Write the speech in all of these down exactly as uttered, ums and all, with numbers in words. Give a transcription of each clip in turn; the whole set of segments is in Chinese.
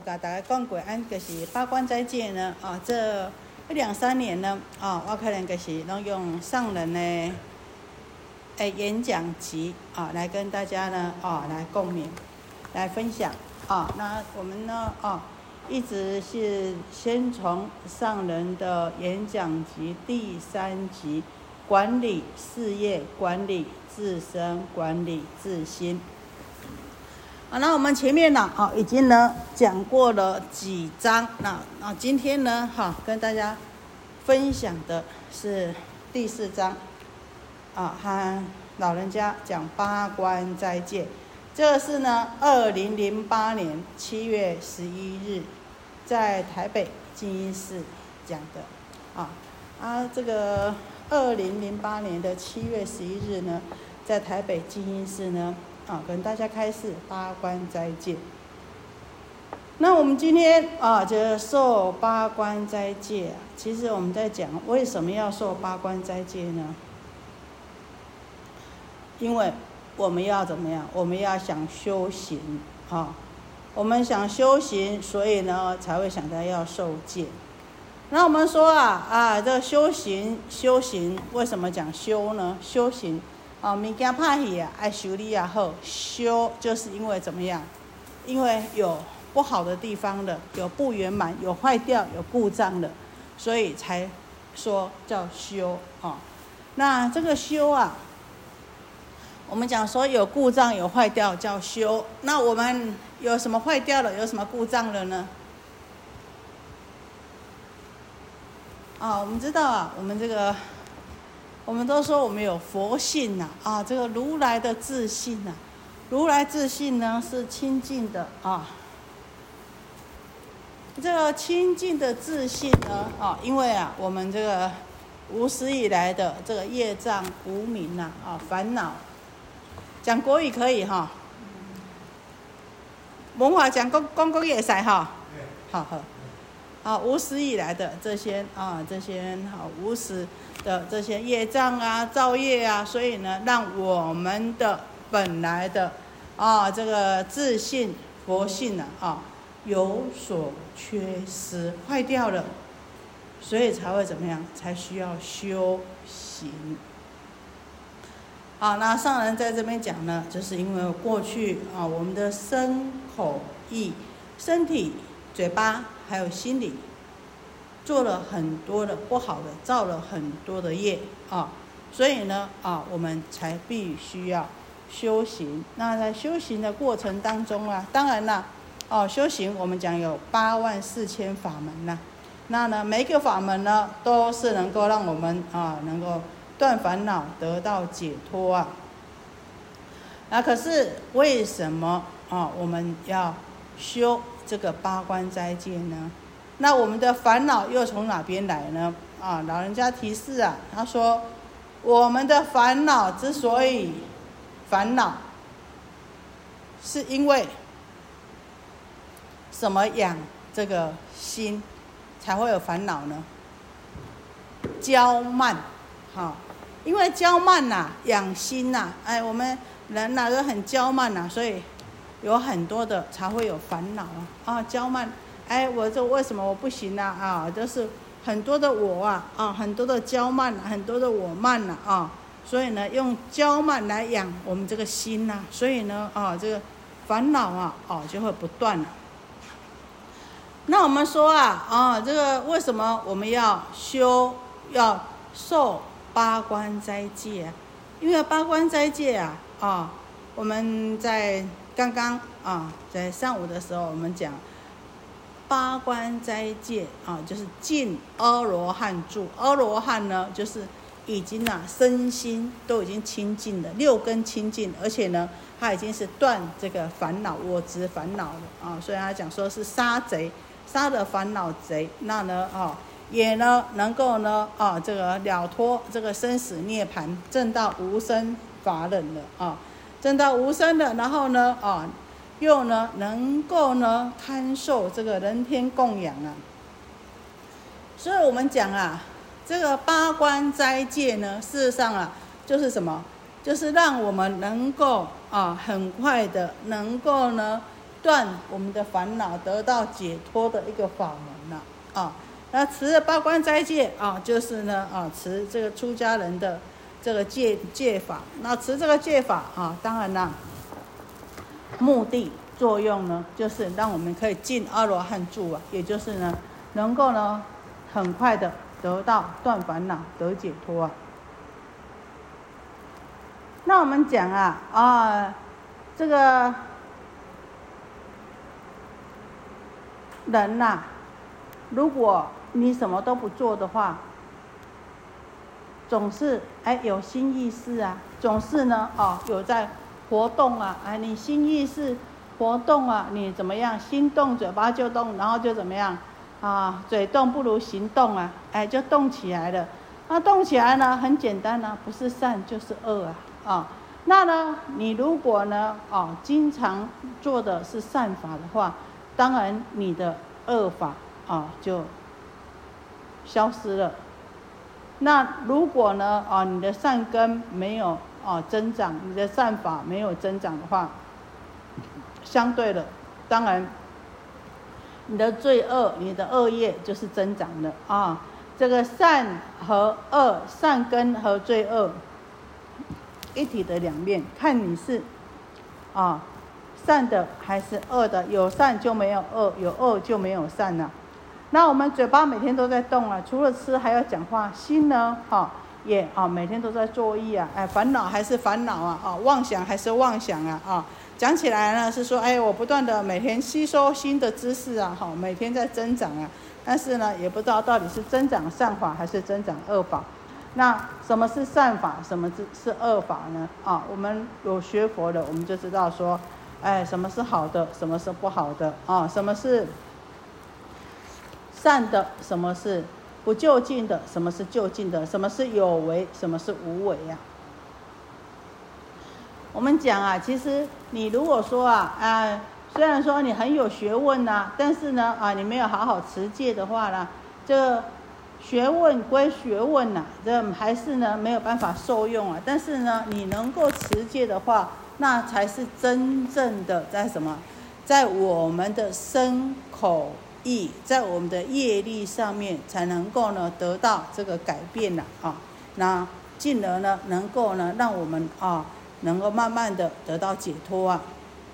甲大家讲过，俺就是八关斋戒呢，啊，这两三年呢，啊，我可能就是拢用上人的诶演讲集啊，来跟大家呢，啊，来共勉，来分享啊。那我们呢，啊，一直是先从上人的演讲集第三集，管理事业，管理自身，管理自心。好，那我们前面呢，啊，已经呢讲过了几章，那那今天呢，哈，跟大家分享的是第四章，啊，和老人家讲八关斋戒。这个是呢，二零零八年七月十一日，在台北静一寺讲的，啊啊，这个二零零八年的七月十一日呢，在台北静一寺呢。啊，跟大家开示八关斋戒。那我们今天啊，就受八关斋戒啊。其实我们在讲为什么要受八关斋戒呢？因为我们要怎么样？我们要想修行啊，我们想修行，所以呢才会想到要受戒。那我们说啊啊，这个修行修行为什么讲修呢？修行。哦，物件歹去啊，爱修理也好，修就是因为怎么样？因为有不好的地方了，有不圆满，有坏掉，有故障了，所以才说叫修啊、哦。那这个修啊，我们讲说有故障、有坏掉叫修。那我们有什么坏掉了？有什么故障了呢？啊、哦，我们知道啊，我们这个。我们都说我们有佛性呐、啊，啊，这个如来的自信呐、啊，如来自信呢是清净的啊。这个清净的自信呢，啊，因为啊，我们这个无始以来的这个业障无明呐，啊，烦恼，讲国语可以哈，文化讲公公国也使哈，好好，啊，无始以来的这些啊，这些好无始。的这些业障啊、造业啊，所以呢，让我们的本来的啊这个自信佛性啊啊有所缺失，坏掉了，所以才会怎么样？才需要修行。好，那上人在这边讲呢，就是因为过去啊，我们的身口意、身体、嘴巴还有心理。做了很多的不好的，造了很多的业啊，所以呢啊，我们才必须要修行。那在修行的过程当中啊，当然啦，哦，修行我们讲有八万四千法门啦，那呢每一个法门呢都是能够让我们啊能够断烦恼，得到解脱啊。那可是为什么啊我们要修这个八关斋戒呢？那我们的烦恼又从哪边来呢？啊，老人家提示啊，他说，我们的烦恼之所以烦恼，是因为什么养这个心才会有烦恼呢？骄慢，好，因为骄慢呐、啊，养心呐、啊，哎，我们人呐、啊、都很骄慢呐、啊，所以有很多的才会有烦恼啊，啊，骄慢。哎，我这为什么我不行呢？啊，啊，就是很多的我啊，啊，很多的骄慢，很多的我慢呐，啊，所以呢，用骄慢来养我们这个心呐、啊，所以呢，啊，这个烦恼啊，哦、啊，就会不断了。那我们说啊，啊，这个为什么我们要修，要受八关斋戒啊？因为八关斋戒啊，啊，我们在刚刚啊，在上午的时候我们讲。八关斋戒啊，就是进阿罗汉住。阿罗汉呢，就是已经啊身心都已经清净了，六根清净，而且呢，他已经是断这个烦恼我执烦恼了啊。所以他讲说是杀贼，杀了烦恼贼，那呢啊也呢能够呢啊这个了脱这个生死涅槃，证到无生法忍了啊，证到无生了，然后呢啊。又呢，能够呢堪受这个人天供养啊，所以我们讲啊，这个八关斋戒呢，事实上啊，就是什么？就是让我们能够啊，很快的能够呢， 断我们的烦恼，得到解脱的一个法门呐、啊。啊，那持八关斋戒啊，就是呢啊，持这个出家人的这个戒戒法。那持这个戒法啊，当然啦，目的作用呢，就是让我们可以进阿罗汉住啊，也就是呢，能够呢很快的得到断烦恼、得解脱啊。那我们讲啊啊，这个人呐、啊，如果你什么都不做的话，总是哎有心意识啊，总是呢哦有在活动啊，哎你心意识活动啊，你怎么样？心动嘴巴就动，然后就怎么样啊？嘴动不如行动啊，哎就动起来了。那动起来呢，很简单啊，不是善就是恶啊。啊，那呢，你如果呢，哦，经常做的是善法的话，当然你的恶法啊就消失了。那如果呢，啊，你的善根没有啊增长，你的善法没有增长的话，相对的，当然你的罪恶、你的恶业就是增长的啊。这个善和恶，善根和罪恶。一体的两面，看你是啊善的还是恶的，有善就没有恶，有恶就没有善了、啊。那我们嘴巴每天都在动啊，除了吃还要讲话，心呢，哈、啊、也啊每天都在作意啊，哎烦恼还是烦恼啊，啊妄想还是妄想啊，啊讲起来呢是说，哎我不断的每天吸收新的知识啊，哈、啊、每天在增长啊，但是呢也不知道到底是增长善法还是增长恶法。那什么是善法，什么是恶法呢？啊，我们有学佛的，我们就知道说，哎，什么是好的，什么是不好的啊？什么是善的，什么是不就近的，什么是就近的，什么是有为，什么是无为呀、啊？我们讲啊，其实你如果说啊，啊，虽然说你很有学问呐、啊，但是呢，啊，你没有好好持戒的话呢，这学问归学问呐、啊，这还是呢没有办法受用啊。但是呢，你能够持戒的话，那才是真正的在什么，在我们的身口意，在我们的业力上面，才能够呢得到这个改变了啊。那进而呢，能够呢让我们啊，能够慢慢的得到解脱啊。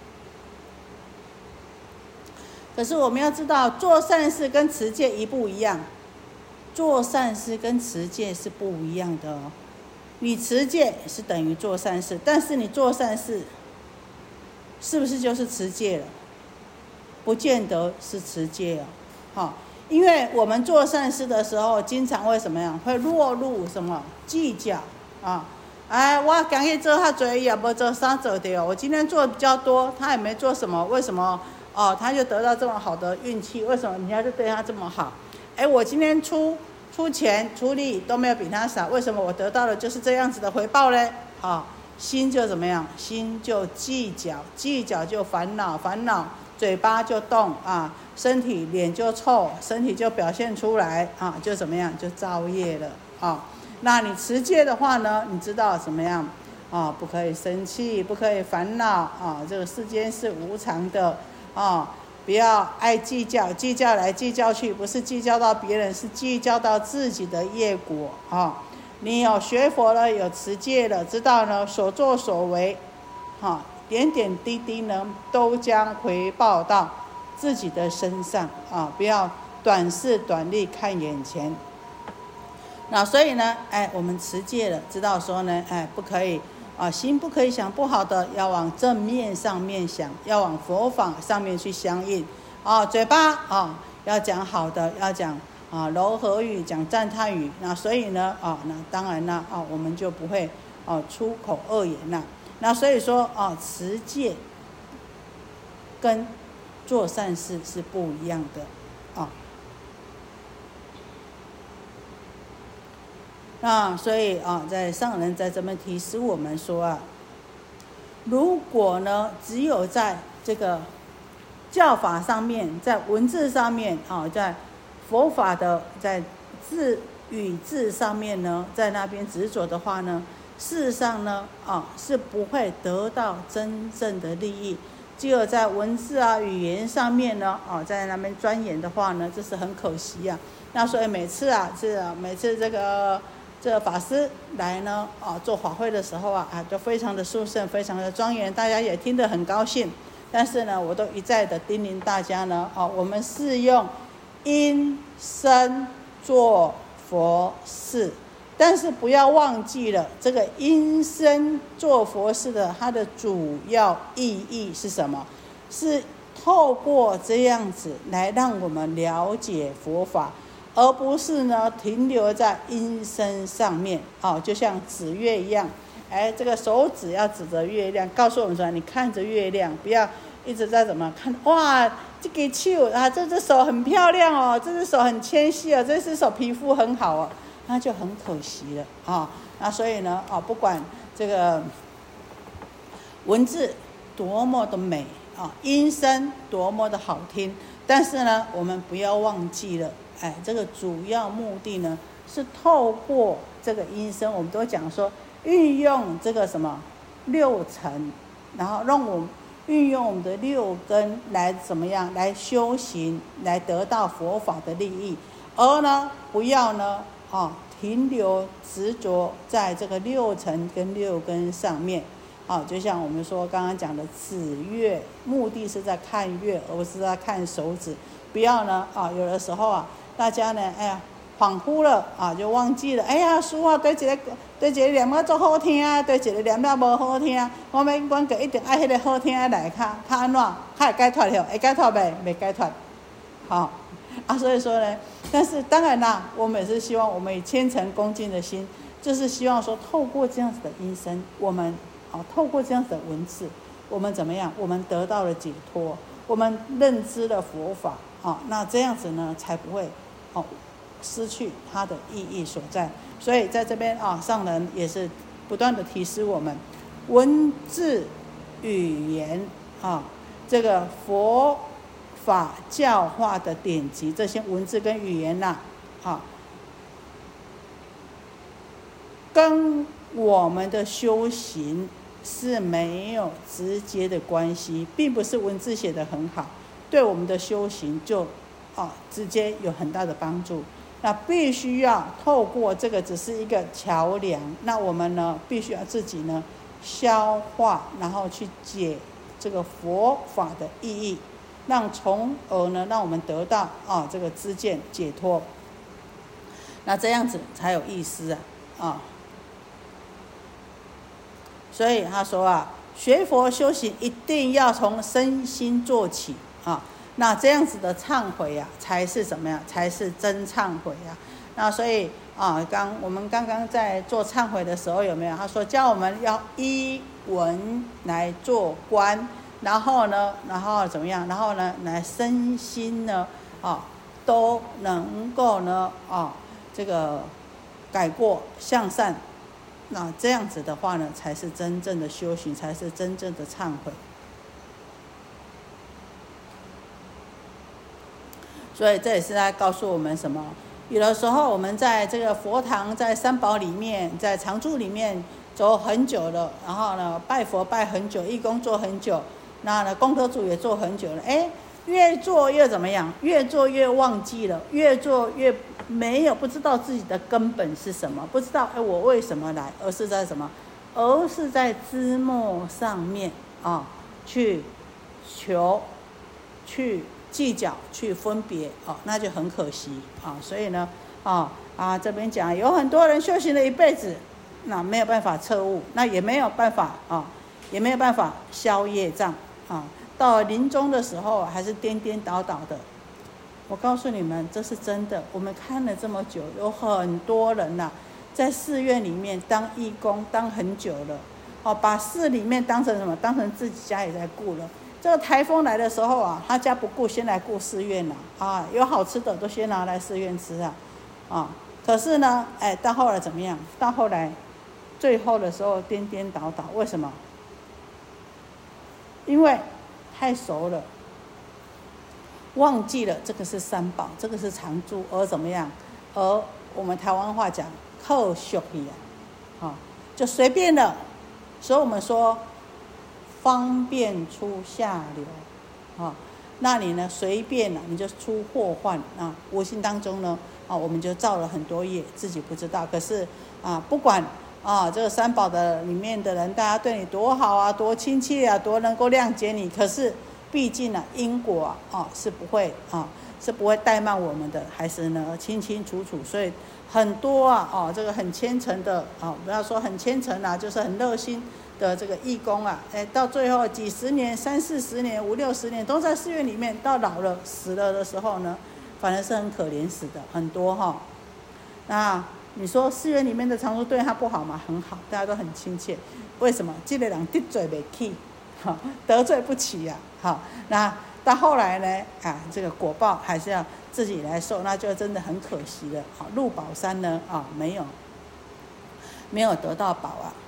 可是我们要知道，做善事跟持戒一不一样？做善事跟持戒是不一样的哦。你持戒是等于做善事，但是你做善事，是不是就是持戒了？不见得是持戒哦。好，因为我们做善事的时候，经常会什么样？会落入什么计较啊？哎，我今日做他多，也没做啥做的哦。我今天做的比较多，他也没做什么，为什么？哦，他就得到这么好的运气，为什么人家就对他这么好？哎，我今天出出钱出力都没有比他少，为什么我得到的就是这样子的回报呢？啊、哦，心就怎么样？心就计较，计较就烦恼，烦恼嘴巴就动啊，身体脸就臭，身体就表现出来啊，就怎么样？就造业了啊。那你持戒的话呢？你知道怎么样？啊，不可以生气，不可以烦恼啊，这个世间是无常的。啊，不要爱计较，计较来计较去，不是计较到别人，是计较到自己的业果啊。你有学佛了，有持戒了，知道呢，所作所为，哈、啊，点点滴滴呢，都将回报到自己的身上啊！不要短视短利，看眼前。那所以呢，哎，我们持戒了，知道说呢，哎，不可以。啊，心不可以想不好的，要往正面上面想，要往佛法上面去相应。啊，嘴巴啊要讲好的，要讲啊柔和语，讲赞叹语。那所以呢，啊，那当然呢，啊，我们就不会啊出口恶言了。那所以说啊，持戒跟做善事是不一样的啊。那所以啊，在上人在这边提示我们说啊，如果呢，只有在这个教法上面，在文字上面啊，在佛法的在字语字上面呢，在那边执着的话呢，事实上呢，啊是不会得到真正的利益， 只有在文字啊、语言上面呢，哦，在那边钻研的话呢，这是很可惜啊。那所以每次啊，是啊每次这个这个法师来呢，啊，做法会的时候啊，啊，就非常的殊胜，非常的庄严，大家也听得很高兴。但是呢，我都一再的叮咛大家呢，哦，我们是用音声做佛事，但是不要忘记了这个音声做佛事的它的主要意义是什么？是透过这样子来让我们了解佛法，而不是呢停留在音声上面。哦，就像指月一样，哎，这个手指要指着月亮，告诉我们说，你看着月亮，不要一直在怎么看，哇，这个手啊，这只手很漂亮哦，这只手很纤细哦，这只手皮肤很好哦，那就很可惜了啊、哦。那所以呢，哦，不管这个文字多么的美啊、哦，音声多么的好听，但是呢，我们不要忘记了，哎，这个主要目的呢，是透过这个音声，我们都讲说，运用这个什么六尘，然后让我们运用我们的六根来怎么样来修行，来得到佛法的利益，而呢不要呢啊停留执着在这个六尘跟六根上面。啊，就像我们说刚刚讲的指月，目的是在看月，而不是在看手指。不要呢啊，有的时候啊，大家呢，哎呀，恍惚了啊，就忘记了。哎呀，书啊，对一个对一个念啊足好听啊，对一个念了无好听啊。我们阮个一定爱迄个好听的来较较安怎，较会解脱了，会解脱袂？袂解脱。好啊，所以说呢，但是当然啦，我们也是希望我们以虔诚恭敬的心，就是希望说，透过这样子的音声，我们啊，透过这样子的文字，我们怎么样？我们得到了解脱，我们认知了佛法啊，那这样子呢，才不会哦失去它的意义所在。所以在这边啊，上人也是不断的提示我们，文字、语言啊，这个佛法教化的典籍，这些文字跟语言呐、啊，啊，跟我们的修行是没有直接的关系，并不是文字写得很好，对我们的修行就啊直接有很大的帮助。那必须要透过这个只是一个桥梁，那我们呢必须要自己呢消化，然后去解这个佛法的意义，让从而呢让我们得到啊这个知见解脱，那这样子才有意思啊啊。所以他说啊，学佛修行一定要从身心做起啊。那这样子的忏悔啊，才是怎么样？才是真忏悔啊。那所以啊，刚我们刚刚在做忏悔的时候有没有？他说叫我们要依文来做观，然后呢，然后怎么样？然后呢，来身心呢啊都能够呢啊这个改过向善。那这样子的话呢，才是真正的修行，才是真正的忏悔。所以这也是在告诉我们什么？有的时候我们在这个佛堂、在三宝里面、在常住里面走很久了，然后呢拜佛拜很久，义工做很久，那呢功德主也做很久了，哎，越做越怎么样？越做越忘记了，越做越没有不知道自己的根本是什么，不知道哎我为什么来，而是在什么？而是在枝末上面啊去求去。计较去分别哦，那就很可惜啊。所以呢，啊啊这边讲有很多人修行了一辈子，那没有办法彻悟，那也没有办法啊，也没有办法消业障啊。到临终的时候还是颠颠倒倒的。我告诉你们，这是真的。我们看了这么久，有很多人呐、啊，在寺院里面当义工当很久了，哦，把寺里面当成什么？当成自己家也在顾了。这个台风来的时候啊，他家不顾，先来顾寺院了啊，有好吃的都先拿来寺院吃啊，啊，可是呢，哎，到后来怎么样？到后来，最后的时候颠颠倒倒，为什么？因为太熟了，忘记了这个是三宝，这个是常住，而怎么样？而我们台湾话讲，靠俗去啊，啊，就随便了。所以我们说。 方便出下流，啊，那你呢随便啊，你就出祸患啊，无形当中呢，啊，我们就造了很多业，自己不知道。可是啊，不管啊这个三宝的里面的人，大家对你多好啊，多亲切啊，多能够谅解你，可是毕竟呢，因果啊，啊是不会啊是不会怠慢我们的，还是呢清清楚楚。所以很多啊，哦，这个很虔诚的啊，不要说很虔诚啊，就是很热心的这个义工啊，哎，到最后几十年、三四十年、五六十年都在寺院里面，到老了死了的时候呢，反而是很可怜死的，很多哈、哦。那你说寺院里面的常住对他不好吗？很好，大家都很亲切。为什么？这个人得罪不起，好得罪不起呀、啊，好。那到后来呢，啊，这个果报还是要自己来受，那就真的很可惜了。啊，入宝山呢，啊，没有没有得到宝啊。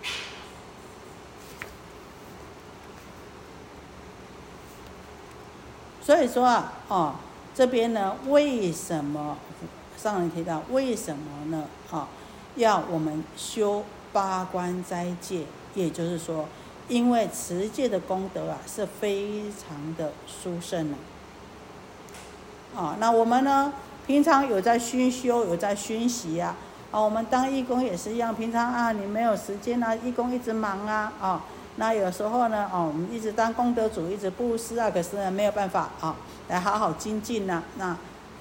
所以说啊，哦，这边呢，为什么上人提到为什么呢？啊，要我们修八关斋戒，也就是说，因为持戒的功德啊是非常的殊胜啊。啊，那我们呢，平常有在熏修，有在熏习啊。啊，我们当义工也是一样，平常啊，你没有时间啊，义工一直忙啊，啊。那有时候呢，哦，我们一直当功德主，一直布施啊，可是呢没有办法啊，来好好精进啊。那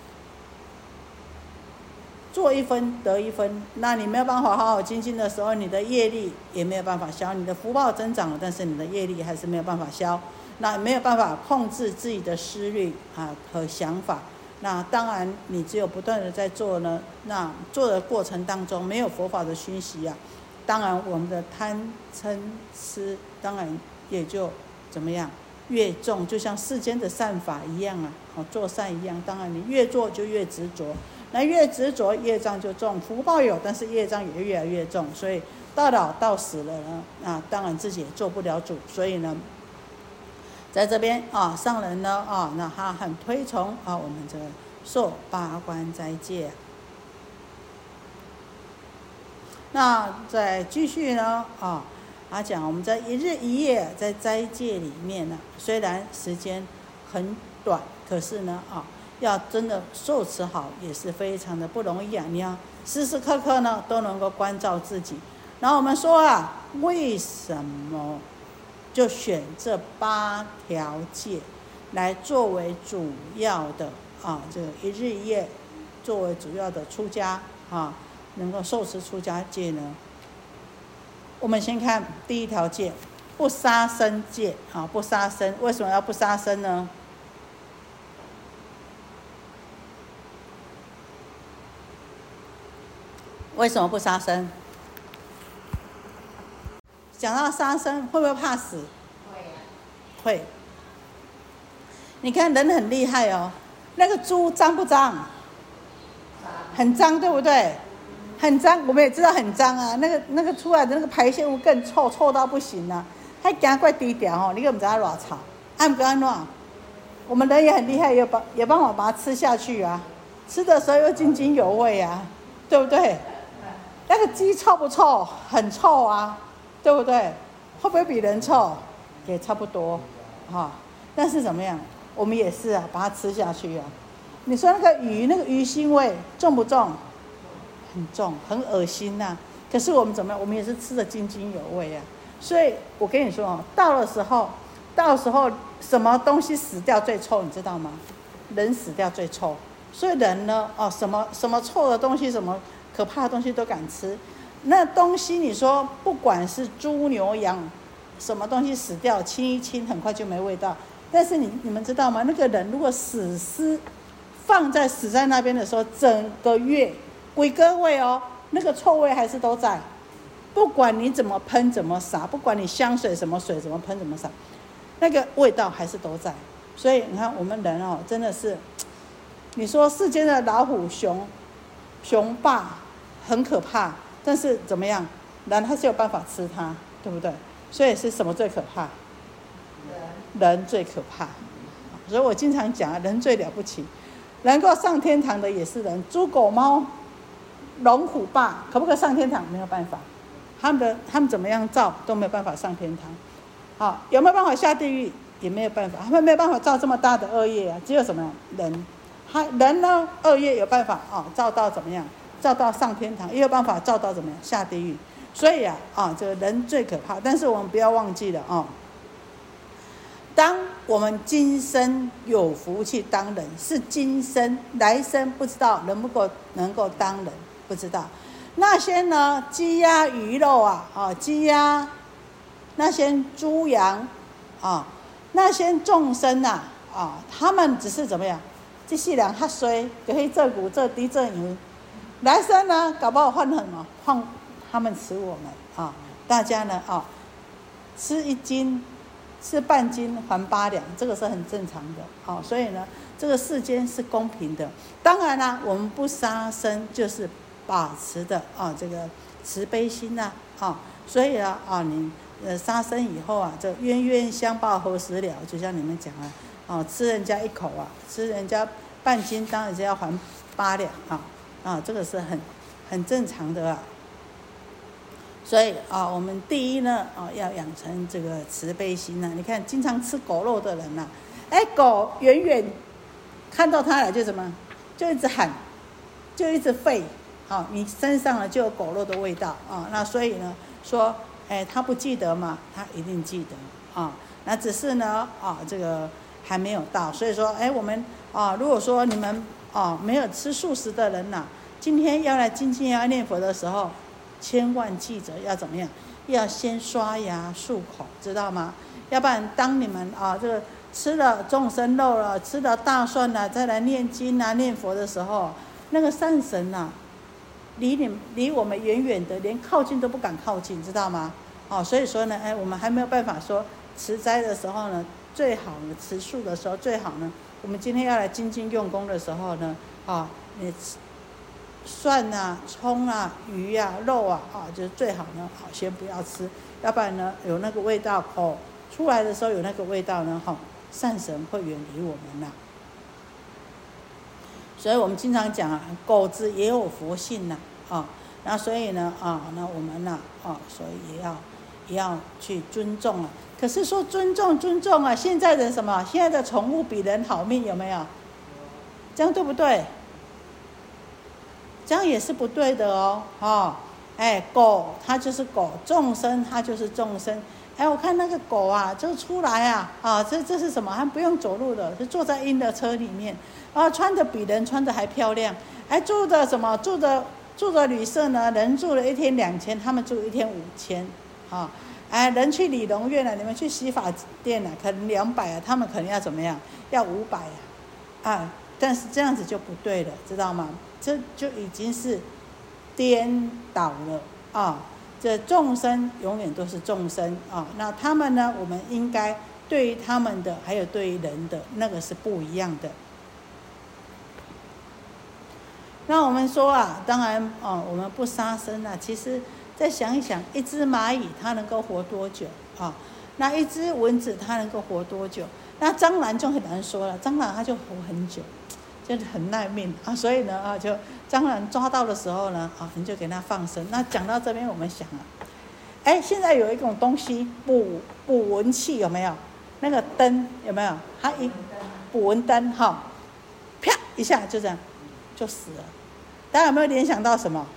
做一分得一分，那你没有办法好好精进的时候，你的业力也没有办法消，你的福报增长了，但是你的业力还是没有办法消，那没有办法控制自己的思虑啊和想法。那当然，你只有不断的在做呢，那做的过程当中没有佛法的熏习啊。当然，我们的贪嗔痴，当然也就怎么样越重，就像世间的善法一样啊，哦，做善一样。当然，你越做就越执着，那越执着，业障就重。福报有，但是业障也越来越重。所以到老到死了呢，啊，当然自己也做不了主。所以呢，在这边啊，上人呢啊，那他很推崇啊，我们这个受八关斋戒、啊。那再继续呢啊，他讲我们在一日一夜在斋戒里面呢，虽然时间很短，可是呢啊，要真的受持好也是非常的不容易啊。你要时时刻刻呢都能够关照自己。然后我们说啊，为什么就选这八条戒来作为主要的啊，这个一日一夜作为主要的出家啊？能够受持出家戒呢？我们先看第一条戒，不杀生戒啊，不杀生。为什么要不杀生呢？为什么不杀生？讲到杀生，会不会怕死？会啊。会。你看人很厉害哦，那个猪脏不脏？很脏，对不对？很脏，我们也知道很脏啊。那个那个出来的那个排泄物更臭，臭到不行啊！还行怪低调哦，你个不知道多臭，按不按怎？我们人也很厉害，也帮也帮我把它吃下去啊。吃的时候又津津有味啊，对不对？那个鸡臭不臭？很臭啊，对不对？会不会比人臭？也差不多，哈、哦。但是怎么样？我们也是啊，把它吃下去啊。你说那个鱼，那个鱼腥味重不重？很重，很恶心呐、啊。可是我们怎么样？我们也是吃得津津有味啊。所以我跟你说哦，到了时候，到时候什么东西死掉最臭，你知道吗？人死掉最臭。所以人呢，哦，什么什么臭的东西，什么可怕的东西都敢吃。那东西你说，不管是猪牛羊，什么东西死掉，清一清，很快就没味道。但是你你们知道吗？那个人如果死尸放在死在那边的时候，整个月。鬼哥味哦，那个臭味还是都在，不管你怎么喷怎么洒，不管你香水什么水怎么喷怎么洒，那个味道还是都在。所以你看我们人哦，真的是，你说世间的老虎熊熊霸很可怕，但是怎么样，人还是有办法吃它，对不对？所以是什么最可怕？人，人最可怕。所以我经常讲，人最了不起，能够上天堂的也是人，猪狗猫。龙虎霸可不可以上天堂？没有办法，他们的他们怎么样造都没有办法上天堂。 好，有没有办法下地狱？也没有办法，他们没有办法造这么大的恶业啊。只有什么人，他人呢恶业有办法啊、哦，造到怎么样？造到上天堂，也有办法造到怎么样？下地狱。所以啊啊、哦，这个人最可怕。但是我们不要忘记了啊、哦，当我们今生有福气当人，是今生，来生不知道能不能够能够当人，不知道。那些呢鸡鸭鱼肉啊啊，鸡鸭那些猪羊啊，那些众生啊啊，他们只是怎么样？这世人较衰，就去做牛做猪做羊。来生呢，搞不好换什么？换他们吃我们啊！大家呢啊，吃一斤，吃半斤还八两，这个是很正常的。好、啊，所以呢，这个世间是公平的。当然啦，我们不杀生，就是把持的啊，这个慈悲心呐啊，啊。所以啊啊，你呃杀生以后啊，这冤冤相报何时了？就像你们讲啊，啊，吃人家一口啊，吃人家半斤，当然就要还八两啊啊，这个是很很正常的啊。所以啊，我们第一呢啊，要养成这个慈悲心呐、啊。你看，经常吃狗肉的人呐、啊，哎，狗远远看到它了就怎么，就一直喊，就一直吠，啊，你身上呢就有狗肉的味道啊。那所以呢，说，哎，他不记得嘛，他一定记得啊。那只是呢啊，这个还没有到，所以说，哎，我们啊，如果说你们啊没有吃素食的人呐、啊，今天要来精进要念佛的时候。千万记着要怎么样？要先刷牙漱口，知道吗？要不然当你们啊这个吃了众生肉了，吃了大蒜了，再来念经啊念佛的时候，那个善神啊，离你离我们远远的，连靠近都不敢靠近，知道吗？哦，所以说呢，哎，我们还没有办法说持斋的时候呢，最好呢持素的时候最好呢，我们今天要来精进用功的时候呢，啊，你。蒜啊、葱啊、鱼啊、肉啊，啊，就是最好呢，好先不要吃，要不然呢，有那个味道哦，出来的时候有那个味道呢，哈、哦，善神会远离我们呐、啊。所以我们经常讲啊，狗子也有佛性呐、啊，啊，那所以呢，啊，那我们呢、啊，啊，所以也要也要去尊重啊。可是说尊重尊重啊，现在的什么？现在的宠物比人好命，有没有？这样对不对？这样也是不对的哦，哦，哎，狗它就是狗，众生它就是众生。哎，我看那个狗啊，就出来啊，啊，这这是什么？它不用走路的，是坐在婴儿车里面，啊，穿的比人穿的还漂亮。哎，住的什么？住的住的旅社呢？人住了一天两千，他们住一天五千，啊，哎，人去理容院了，你们去洗发店了，可能两百啊，他们可能要怎么样？要五百啊，啊，但是这样子就不对了，知道吗？这就已经是颠倒了啊！这众生永远都是众生啊，那他们呢？我们应该对于他们的，还有对于人的那个是不一样的。那我们说啊，当然啊，我们不杀生啊。其实再想一想，一只蚂蚁它能够活多久啊？那一只蚊子它能够活多久？那蟑螂就很难说了，蟑螂它就活很久。就是很耐命啊，所以呢啊，就蟑螂抓到的时候呢啊，你就给它放生。那讲到这边，我们想啊，哎，现在有一种东西捕捕蚊器有没有？那个灯有没有？它一捕蚊灯哈，啪一下就这样就死了。大家有没有联想到什么？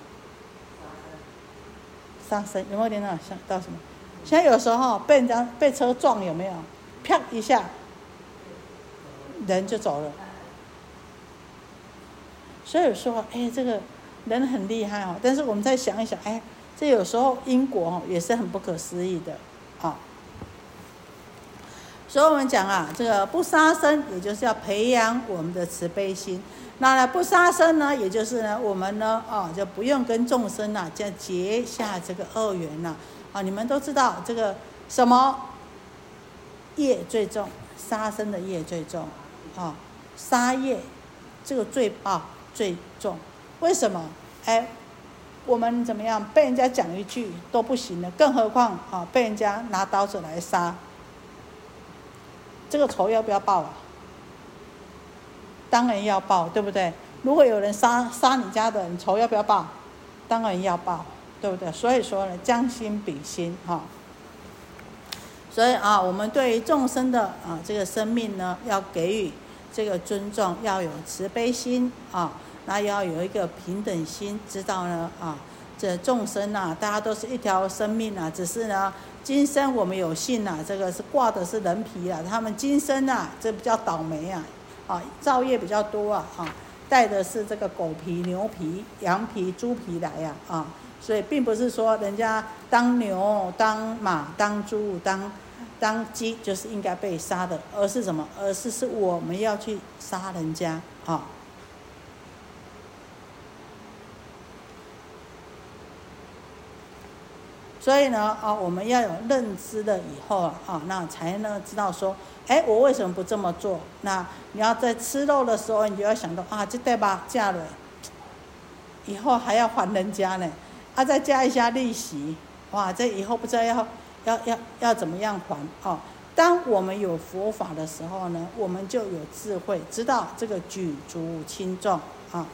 杀生有没有联想到什么？现在有时候被人家被车撞有没有？啪一下，人就走了。所以说，哎，这个人很厉害哦。但是我们再想一想，哎，这有时候因果哦也是很不可思议的啊、哦。所以我们讲啊，这个不杀生，也就是要培养我们的慈悲心。那呢，不杀生呢，也就是呢，我们呢，啊、哦，就不用跟众生啊，这样结下这个恶缘呐。啊，你们都知道这个什么业最重，杀生的业最重啊、哦，杀业这个最啊。最重，为什么？哎，我们怎么样被人家讲一句都不行了，更何况啊被人家拿刀子来杀，这个仇要不要报啊？当然要报，对不对？如果有人杀杀你家的人，仇要不要报？当然要报，对不对？所以说呢，将心比心哈、哦。 所以啊，我们对于众生的啊这个生命呢，要给予这个尊重，要有慈悲心啊，那要有一个平等心，知道呢啊，这众生啊，大家都是一条生命啊，只是呢，今生我们有幸啊，这个是挂的是人皮啊，他们今生啊，这比较倒霉啊，啊，造业比较多啊，啊，带的是这个狗皮、牛皮、羊皮、猪皮来呀，啊，啊，所以并不是说人家当牛、当马、当猪、当当鸡就是应该被杀的，而是什么？而是是我们要去杀人家啊。所以呢，啊，我们要有认知了以后啊，那才能知道说，哎，我为什么不这么做？那你要在吃肉的时候，你就要想到啊，这对吧？嫁了，以后还要还人家呢，啊，再加一下利息，哇，这以后不知道要要要要怎么样还哦。当我们有佛法的时候呢，我们就有智慧，知道这个举足轻重啊。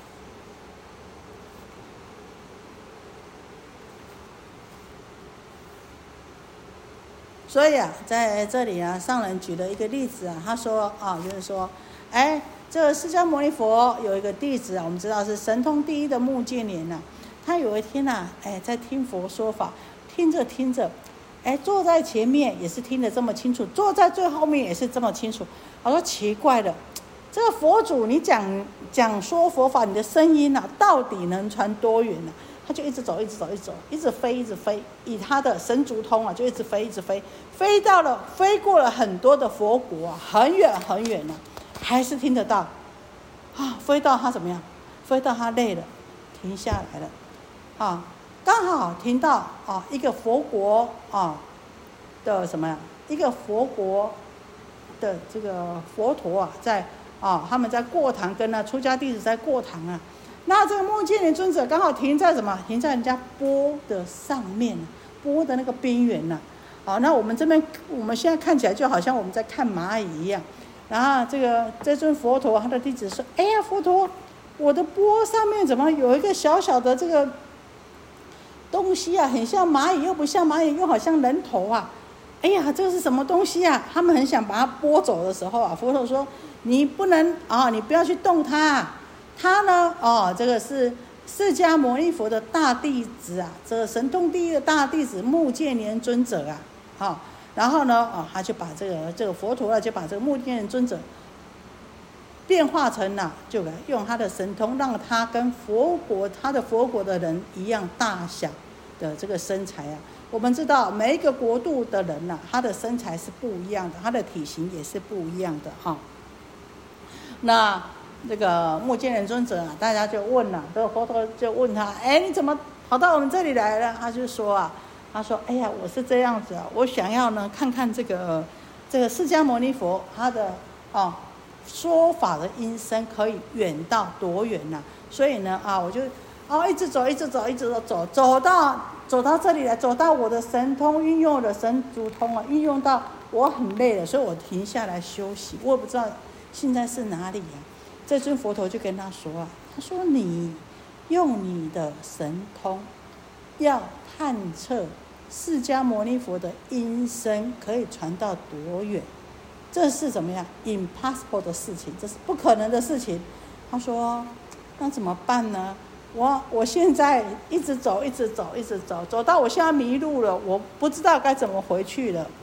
所以啊，在这里啊，上人举了一个例子啊，他说啊，就是说，哎，这个释迦牟尼佛有一个弟子啊，我们知道是神通第一的目犍连呐，他有一天呐、啊，哎，在听佛说法，听着听着，哎，坐在前面也是听得这么清楚，坐在最后面也是这么清楚。我说奇怪了，这个佛祖你讲讲说佛法，你的声音啊，到底能传多远呢、啊？他就一直走，一直走，一直走，一直飛，一直飞，以他的神足通啊，就一直飞，一直飞，飞到了，飞过了很多的佛国啊，很远很远了、啊，还是听得到，啊，飞到他怎么样？飞到他累了，停下来了，啊，刚好停到啊一个佛国啊的什么呀？一个佛国的这个佛陀啊，在啊他们在过堂，跟那出家弟子在过堂啊。那这个目犍连尊者刚好停在什么？停在人家钵的上面，钵的那个边缘呢。好，那我们这边我们现在看起来就好像我们在看蚂蚁一样。然后这个这尊佛陀他的弟子说：“哎呀，佛陀，我的钵上面怎么有一个小小的这个东西啊？很像蚂蚁，又不像蚂蚁，又好像人头啊！哎呀，这个是什么东西啊？”他们很想把它拨走的时候啊，佛陀说：“你不能啊，你不要去动它。”他呢？哦，这个是释迦牟尼佛的大弟子啊，这个神通第一的大弟子目犍连尊者啊，好、哦，然后呢，哦，他就把这个这个佛陀啊，就把这个目犍连尊者变化成了、啊，就用他的神通，让他跟佛国他的佛国的人一样大小的这个身材啊。我们知道每一个国度的人呐、啊，他的身材是不一样的，他的体型也是不一样的哈、哦。那这个目犍连尊者啊，大家就问了、啊，这个佛陀就问他，哎，你怎么跑到我们这里来了？他就说啊，他说，哎呀，我是这样子啊，我想要呢看看这个这个释迦牟尼佛他的哦说法的音声可以远到多远呐、啊？所以呢啊，我就哦一直走，一直走，一直走，走走到走到这里来，走到我的神通运用我的神足通啊，运用到我很累了，所以我停下来休息，我也不知道现在是哪里呀、啊。这尊佛陀就跟他说啊，他说你用你的神通要探测释迦牟尼佛的音声可以传到多远，这是怎么样 impossible 的事情，这是不可能的事情。他说那怎么办呢？我我现在一直走一直走一直走，走到我现在迷路了，我不知道该怎么回去了。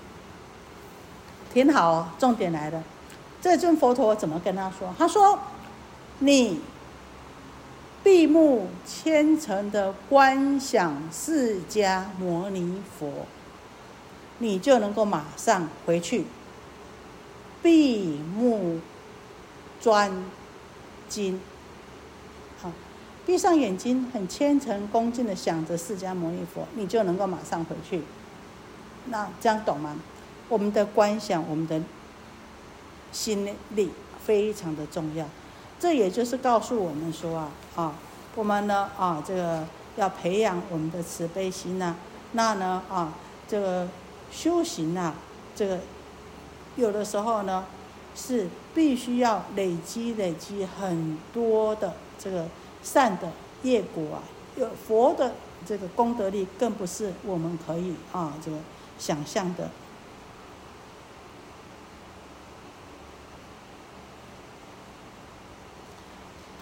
挺好哦，重点来了，这尊佛陀怎么跟他说？他说你闭目虔诚的观想释迦牟尼佛，你就能够马上回去。闭目专精，好，闭上眼睛，很虔诚恭敬的想着释迦牟尼佛，你就能够马上回去。那这样懂吗？我们的观想，我们的心力非常的重要。这也就是告诉我们说啊，啊，我们呢啊，这个要培养我们的慈悲心呐、啊。那呢啊，这个修行啊，这个有的时候呢是必须要累积累积很多的这个善的业果啊。有佛的这个功德力，更不是我们可以啊这个想象的。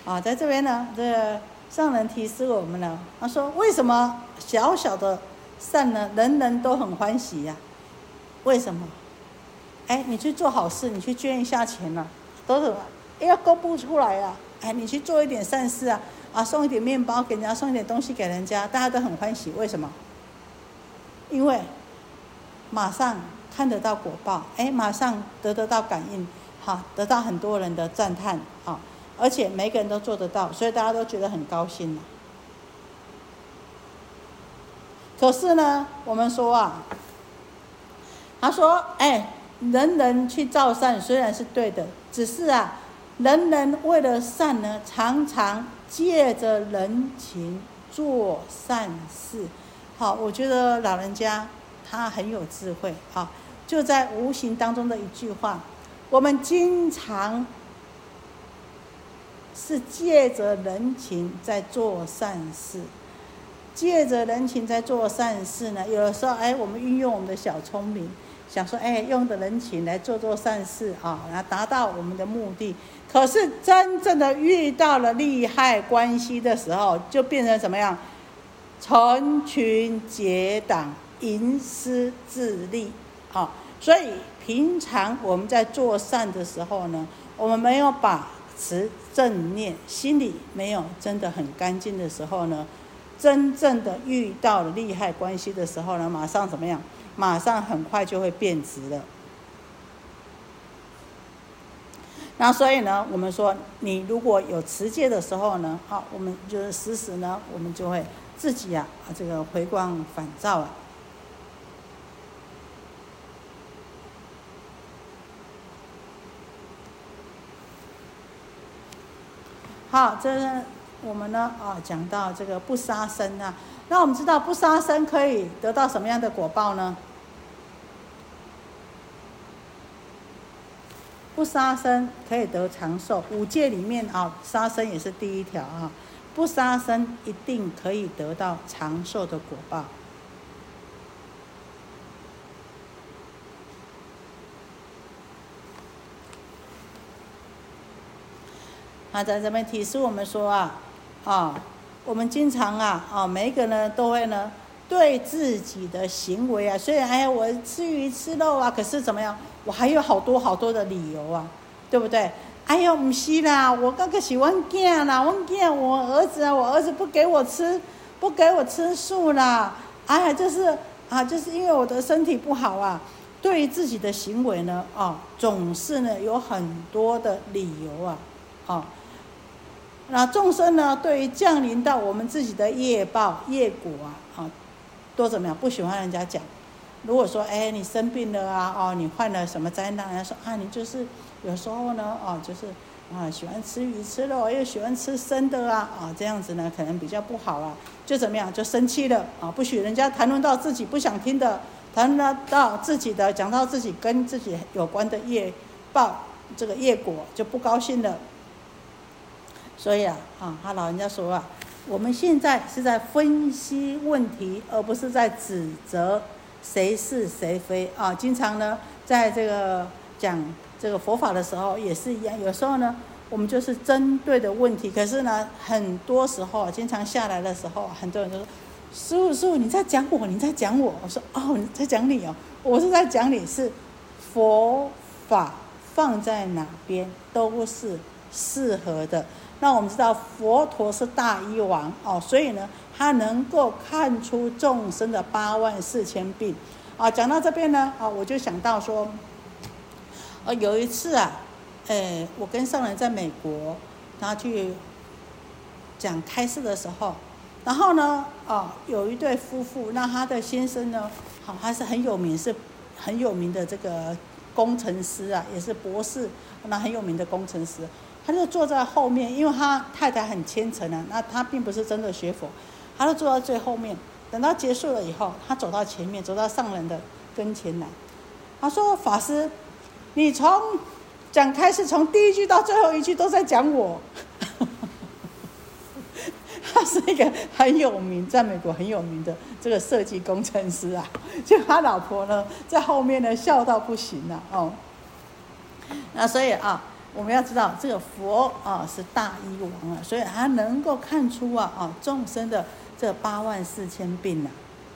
啊，在这边呢，这个上人提示我们了，他说为什么小小的善呢，人人都很欢喜呀、啊？为什么？哎，你去做好事，你去捐一下钱了，都什么？哎，要公布出来啊！哎，你去做一点善事啊，啊，送一点面包给人家，送一点东西给人家，大家都很欢喜。为什么？因为马上看得到果报，哎，马上得得到感应，好，得到很多人的赞叹，好，而且每个人都做得到，所以大家都觉得很高兴了。可是呢，我们说啊，他说，哎，人人去造善虽然是对的，只是啊，人人为了善呢，常常借着人情做善事。好，我觉得老人家他很有智慧啊，就在无形当中的一句话，我们经常是借着人情在做善事，借着人情在做善事呢。有的时候，哎，我们运用我们的小聪明，想说，哎，用的人情来做做善事啊，然后达到我们的目的。可是真正的遇到了利害关系的时候，就变成怎么样？成群结党，营私自利，啊，所以平常我们在做善的时候呢，我们没有把持正念，心里没有真的很干净的时候呢，真正的遇到了利害关系的时候呢，马上怎么样？马上很快就会变质了。那所以呢，我们说，你如果有持戒的时候呢，啊，我们就是时时呢，我们就会自己啊，这个回光返照啊。好，这是我们呢啊讲到这个不杀生啊。那我们知道不杀生可以得到什么样的果报呢？不杀生可以得长寿，五戒里面啊，杀生也是第一条啊。不杀生一定可以得到长寿的果报。他在这边提示我们说啊，啊，我们经常啊，啊，每一个人都会呢，对自己的行为啊，虽然哎呀我吃鱼吃肉啊，可是怎么样，我还有好多好多的理由啊，对不对？哎呦，不是啦，我哥哥喜欢囝啦，我囝我儿子啊，我儿子不给我吃，不给我吃素啦，哎呀，就是啊，就是因为我的身体不好啊。对于自己的行为呢，啊，总是呢有很多的理由啊，啊。那众生呢，对于降临到我们自己的业报、业果啊，啊，都怎么样？不喜欢人家讲。如果说，哎，你生病了啊，哦，你患了什么灾难，人家说啊，你就是有时候呢，哦，就是啊，喜欢吃鱼吃肉，又喜欢吃生的啊，啊，这样子呢，可能比较不好啊，就怎么样，就生气了啊，不许人家谈论到自己不想听的，谈论到自己的，讲到自己跟自己有关的业报，这个业果就不高兴了。所以啊，啊，他老人家说啊，我们现在是在分析问题，而不是在指责谁是谁非啊。经常呢，在这个讲这个佛法的时候也是一样，有时候呢，我们就是针对的问题，可是呢，很多时候经常下来的时候，很多人就说：“师父，师父，你在讲我，你在讲我。”我说：“哦，你在讲你哦，我是在讲你是佛法放在哪边都是适合的。”那我们知道佛陀是大医王哦，所以呢，他能够看出众生的八万四千病啊。讲到这边呢，啊，我就想到说，呃，有一次啊，呃，我跟上人在美国，然后去讲开示的时候，然后呢，啊，有一对夫妇，那他的先生呢，好，他是很有名，是很有名的这个工程师啊，也是博士，那很有名的工程师。他就坐在后面，因为他太太很虔诚啊，那他并不是真的学佛，他就坐在最后面。等到结束了以后，他走到前面，走到上人的跟前来，他说：“法师，你从讲开始，从第一句到最后一句都在讲我。”他是一个很有名，在美国很有名的这个设计工程师啊，就他老婆呢在后面呢笑到不行了、啊、哦。那所以啊。 我们要知道这个佛啊是大医王啊，所以他能够看出啊啊众生的这八万四千病啊。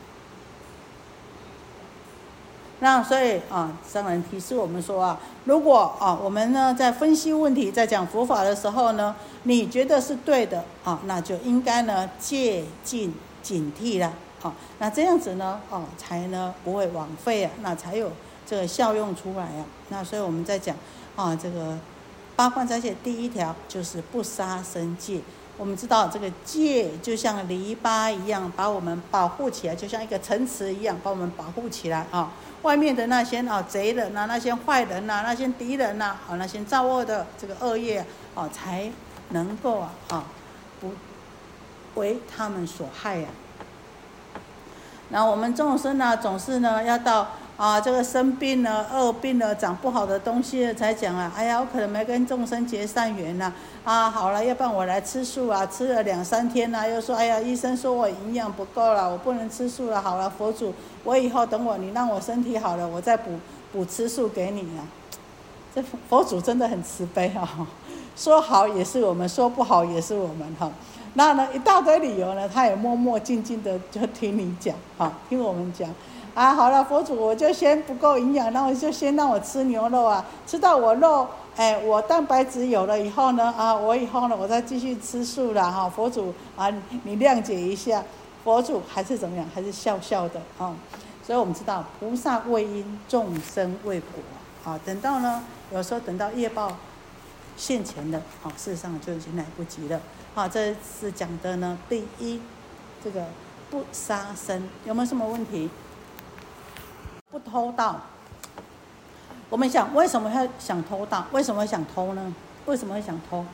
那所以啊，上人提示我们说啊，如果啊我们呢在分析问题，在讲佛法的时候呢，你觉得是对的啊，那就应该呢戒禁警惕了啊，那这样子呢啊才呢不会枉费啊，那才有这个效用出来啊。那所以我们在讲啊这个八关斋戒第一条就是不杀生戒。我们知道这个戒就像篱笆一样，把我们保护起来，就像一个城池一样，把我们保护起来啊。外面的那些啊贼人啊，那些坏人啊，那些敌人啊，啊那些造恶的这个恶业啊，才能够啊啊不为他们所害呀、啊。然后我们众生呢，总是呢要到啊这个生病了、恶病了、长不好的东西了才讲啊，哎呀，我可能没跟众生结善缘呐、啊，啊好了，要不然我来吃素啊，吃了两三天啊，又说哎呀，医生说我营养不够了，我不能吃素了。好了，佛祖，我以后等我你让我身体好了，我再补补吃素给你啊。这佛祖真的很慈悲啊、哦，说好也是我们，说不好也是我们哈。那呢一大堆理由呢，他也默默静静的就听你讲哈，听我们讲。啊，好了，佛祖，我就先不够营养，那我就先让我吃牛肉啊，吃到我肉，哎，我蛋白质有了以后呢，啊，我以后呢，我再继续吃素了哈。佛祖啊，你谅解一下，佛祖还是怎么样，还是笑笑的啊。所以我们知道，菩萨为因，众生为果啊。等到呢，有时候等到业报现前了，啊，事实上就已经来不及了。啊，这是讲的呢，第一，这个不杀生，有没有什么问题？不偷盗，我们想为什么会想偷盗？为什么会想偷呢？为什么会想偷？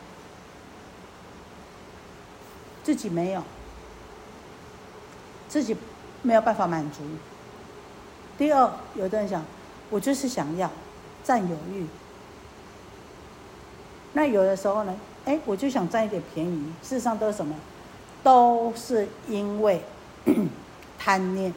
自己没有，自己没有办法满足。第二，有的人想，我就是想要占有欲。那有的时候呢，哎，我就想占一点便宜。事实上都是什么？都是因为贪念。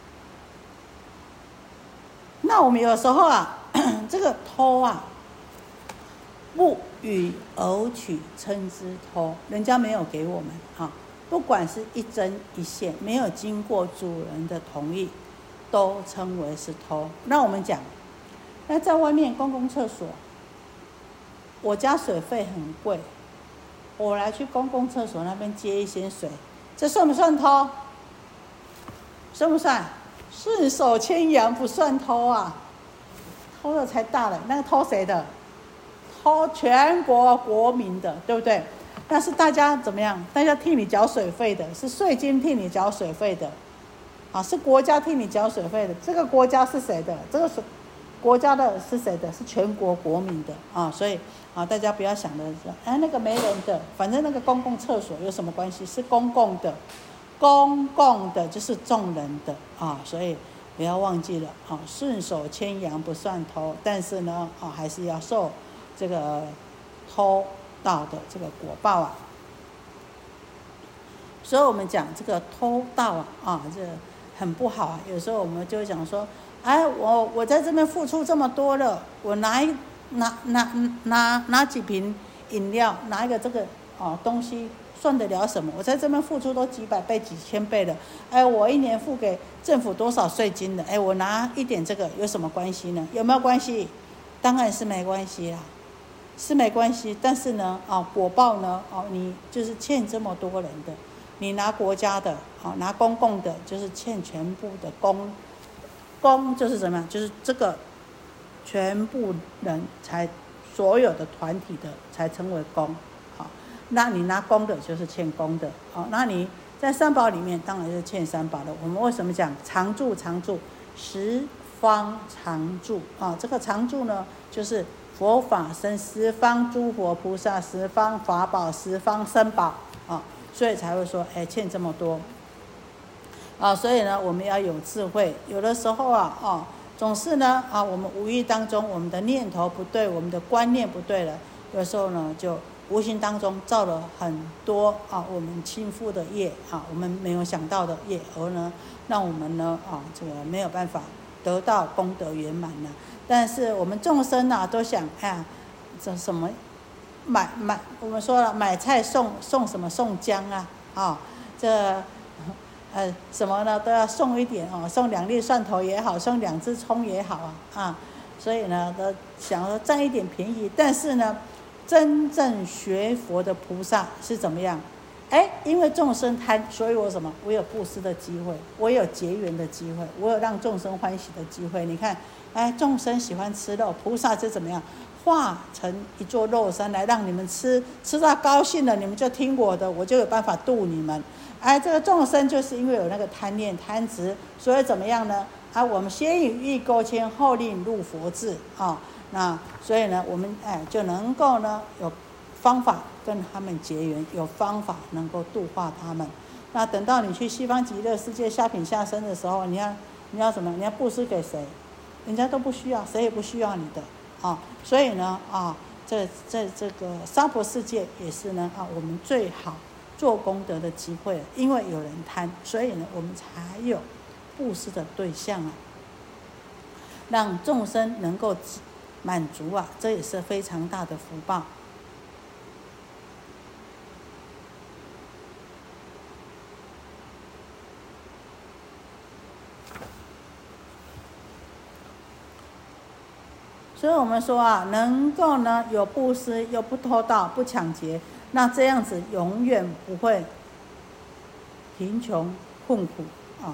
那我们有时候啊，这个偷啊，不与而取，称之偷。人家没有给我们啊，不管是一针一线，没有经过主人的同意，都称为是偷。那我们讲，那在外面公共厕所，我家水费很贵，我来去公共厕所那边接一些水，这算不算偷？算不算？顺手牵羊不算偷啊，偷的才大了。那个偷谁的？偷全国国民的，对不对？但是大家怎么样？大家替你缴水费的，是税金替你缴水费的，啊，是国家替你缴水费的。这个国家是谁的？这个是国家的是谁的？是全国国民的啊。所以啊，大家不要想的是，哎，那个没人的，反正那个公共厕所有什么关系？是公共的。公共的就是众人的啊，所以不要忘记了啊，顺手牵羊不算偷，但是呢啊，还是要受这个偷盗的这个果报啊。所以我们讲这个偷盗啊啊，这很不好啊。有时候我们就会讲说，哎，我我在这边付出这么多了，我拿一拿拿拿拿几瓶饮料，拿一个这个啊东西。算得了什么？我在这边付出都几百倍、几千倍了。哎，我一年付给政府多少税金的？哎，我拿一点这个有什么关系呢？有没有关系？当然是没关系啦，是没关系。但是呢，啊，果报呢，哦，你就是欠这么多人的，你拿国家的，啊，拿公共的，就是欠全部的公，公就是怎么样？就是这个全部人才所有的团体的才称为公。那你拿公的就是欠公的，好，那你在三宝里面当然是欠三宝的。我们为什么讲常住常住，十方常住啊？这个常住呢，就是佛法僧十方诸佛菩萨、十方法宝、十方僧宝啊，所以才会说，哎，欠这么多啊。所以呢，我们要有智慧。有的时候啊，哦，总是呢啊，我们无意当中，我们的念头不对，我们的观念不对了，有时候呢就。无形当中造了很多啊，我们轻负的业啊，我们没有想到的业，而呢，让我们呢啊，这个没有办法得到功德圆满呢。但是我们众生啊，都想，哎呀， 这什么买买，我们说了买菜送送什么送姜啊，啊、哦，这呃什么呢都要送一点哦，送两粒蒜头也好，送两只葱也好啊啊，所以呢都想说占一点便宜，但是呢，真正学佛的菩萨是怎么样？哎，因为众生贪，所以我什么？我有布施的机会，我有结缘的机会，我有让众生欢喜的机会。你看，哎，众生喜欢吃肉，菩萨是怎么样？化成一座肉山来让你们吃，吃到高兴了，你们就听我的，我就有办法度你们。哎，这个众生就是因为有那个贪念、贪执，所以怎么样呢？啊，我们先以欲勾牵，后令入佛智啊、哦。那所以呢，我们哎就能够呢有方法跟他们结缘，有方法能够度化他们。那等到你去西方极乐世界下品下生的时候，你要你要什么？你要布施给谁？人家都不需要，谁也不需要你的啊、哦。所以呢啊，这这这个娑婆世界也是呢啊，我们最好做功德的机会，因为有人贪，所以呢我们才有布施的对象啊，让众生能够满足啊，这也是非常大的福报。所以我们说啊，能够呢有布施，又不偷盗，不抢劫，那这样子永远不会贫穷困苦啊。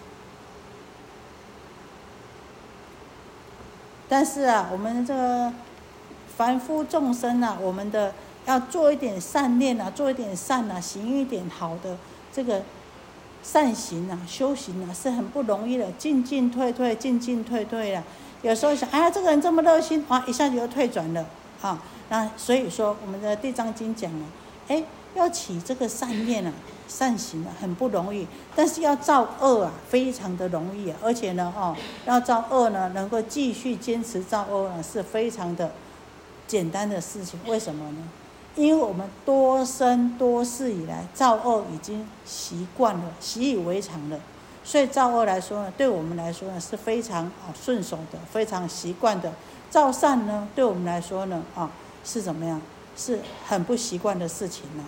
但是啊，我们这个凡夫众生啊，我们的要做一点善念啊，做一点善啊，行一点好的这个善行啊，修行啊，是很不容易的，进进退退，进进退退啊。有时候想，哎呀，这个人这么热心，啊，一下子就退转了啊。那所以说，我们的《地藏经》讲了，哎，要起这个善念啊，善行啊，很不容易，但是要造恶啊，非常的容易啊。而且呢，哦，要造恶呢，能够继续坚持造恶呢，是非常的简单的事情。为什么呢？因为我们多生多世以来造恶已经习惯了，习以为常了。所以造恶来说呢，对我们来说呢是非常啊顺手的，非常习惯的。造善呢，对我们来说呢啊是怎么样？是很不习惯的事情呢。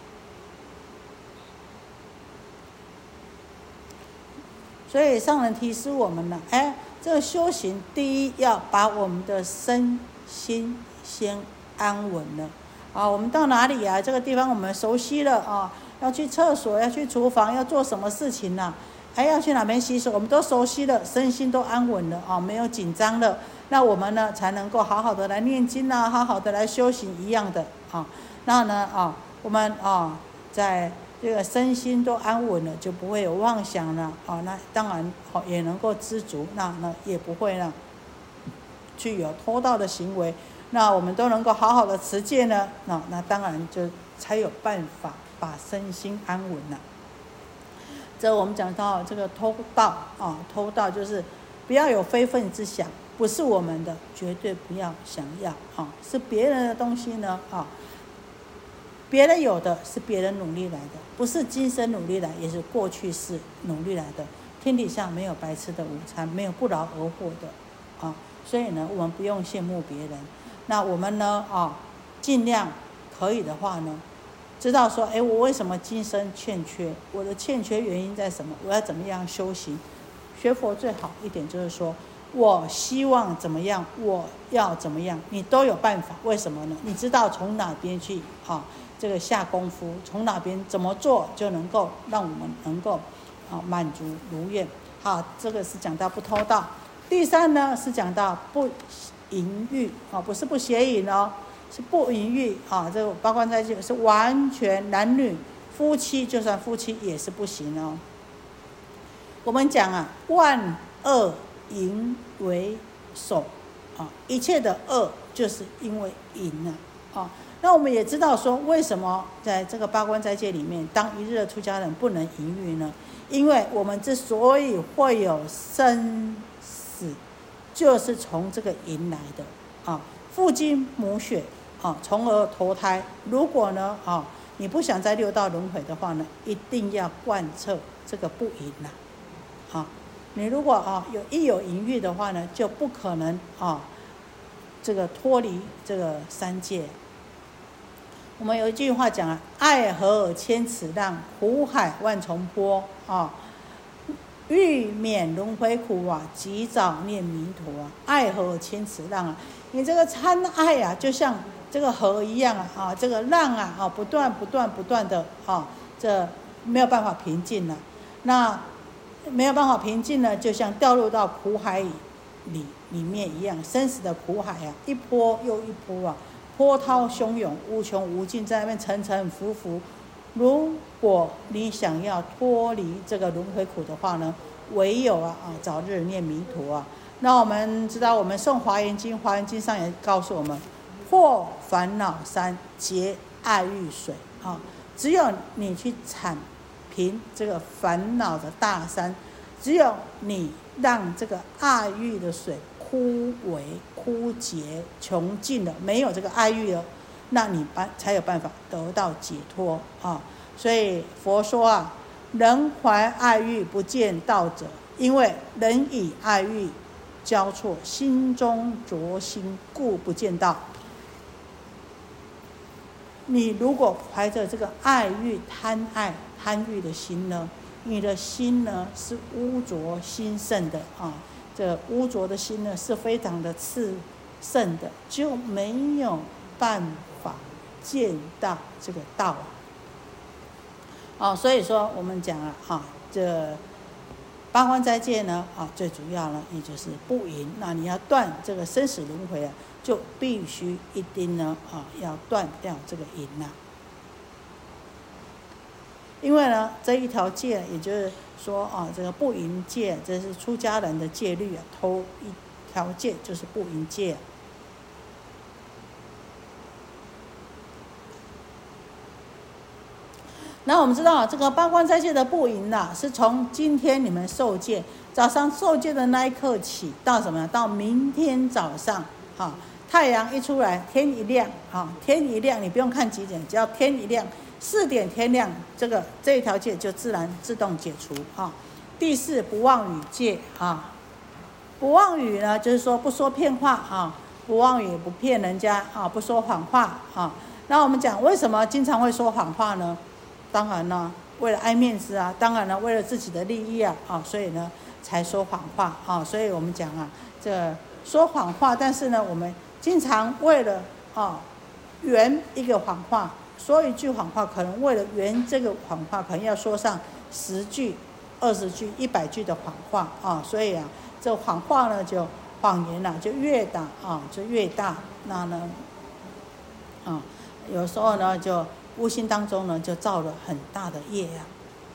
所以上人提示我们呢，哎，这个修行第一要把我们的身心先安稳了啊。我们到哪里啊？这个地方我们熟悉了啊，要去厕所，要去厨房，要做什么事情呢、啊？还要去哪边洗手，我们都熟悉了，身心都安稳了啊，没有紧张了，那我们呢才能够好好的来念经啊，好好的来修行一样的啊。那呢啊，我们啊在这个身心都安稳了，就不会有妄想了啊。那当然好也能够知足，那呢也不会呢去有偷盗的行为。那我们都能够好好的持戒呢，那那当然就才有办法把身心安稳了。这我们讲到这个偷盗啊，偷盗就是不要有非分之想，不是我们的绝对不要想要啊，是别人的东西呢啊，别人有的是别人努力来的，不是今生努力来，也是过去式努力来的。天底下没有白吃的午餐，没有不劳而获的啊，所以呢，我们不用羡慕别人。那我们呢啊，尽量可以的话呢。知道说，哎，我为什么今生欠缺？我的欠缺原因在什么？我要怎么样修行？学佛最好一点就是说，我希望怎么样，我要怎么样，你都有办法。为什么呢？你知道从哪边去啊？这个下功夫，从哪边怎么做就能够让我们能够啊满足如愿。好，这个是讲到不偷盗。第三呢是讲到不淫欲啊，不是不邪淫哦。是不淫欲啊，这个八关斋戒是完全男女夫妻，就算夫妻也是不行哦。我们讲啊，万恶淫为首啊，一切的恶就是因为淫啊啊。那我们也知道说，为什么在这个八关斋戒里面，当一日的出家人不能淫欲呢？因为我们之所以会有生死，就是从这个淫来的啊，父精母血。啊，从而投胎。如果呢，啊，你不想在六道轮回的话呢，一定要贯彻这个不淫呐、啊。啊，你如果啊有一有淫欲的话呢，就不可能啊这个脱离这个三界。我们有一句话讲啊，爱河千尺浪，苦海万重波啊。欲免轮回苦啊，及早念弥陀啊。爱河千尺浪啊，你这个贪爱啊，就像这个河一样啊，啊，这个浪啊，啊，不断不断不断的啊，这没有办法平静了。那没有办法平静呢，就像掉入到苦海里里里面一样，生死的苦海啊，一波又一波啊，波涛汹涌，无穷无尽，在那边沉沉浮浮。如果你想要脱离这个轮回苦的话呢，唯有啊啊早日念弥陀啊。那我们知道，我们诵华严经，华严经上也告诉我们，破烦恼山，结爱欲水啊。只有你去铲平这个烦恼的大山，只有你让这个爱欲的水枯萎、枯竭、穷尽了，没有这个爱欲了，那你才有办法得到解脱啊！所以佛说啊，人怀爱欲不见道者，因为人以爱欲交错，心中着心，故不见道。你如果怀着这个爱欲、贪爱、贪欲的心呢，你的心呢是污浊心盛的啊，这个污浊的心呢是非常的炽盛的，就没有办法见到这个道啊。哦，所以说我们讲啊，啊，这八关斋戒呢，啊，最主要呢，也就是不淫。那你要断这个生死轮回啊，就必须一定呢，啊，要断掉这个淫啊。因为呢，这一条戒，也就是说啊，这个不淫戒，这是出家人的戒律啊，头一条戒就是不淫戒。那我们知道这个八关斋戒的不淫啊，是从今天你们受戒，早上受戒的那一刻起，到什么呢？到明天早上，啊，太阳一出来，天一亮，啊，天一亮，你不用看几点，只要天一亮，四点天亮，这个这一条戒就自然自动解除啊。第四，不妄语戒啊，不妄语呢，就是说不说骗话啊，不妄语，不骗人家啊，不说谎话啊。那我们讲为什么经常会说谎话呢？当然呢，为了爱面子啊，当然呢，为了自己的利益啊，啊，所以呢，才说谎话啊。所以我们讲啊，这说谎话，但是呢，我们经常为了啊圆一个谎话，说一句谎话，可能为了圆这个谎话，可能要说上十句、二十句、一百句的谎话啊。所以啊，这谎话呢，就谎言啊，就越大啊，就越大。那呢，啊，有时候呢，就无形当中呢，就造了很大的业啊。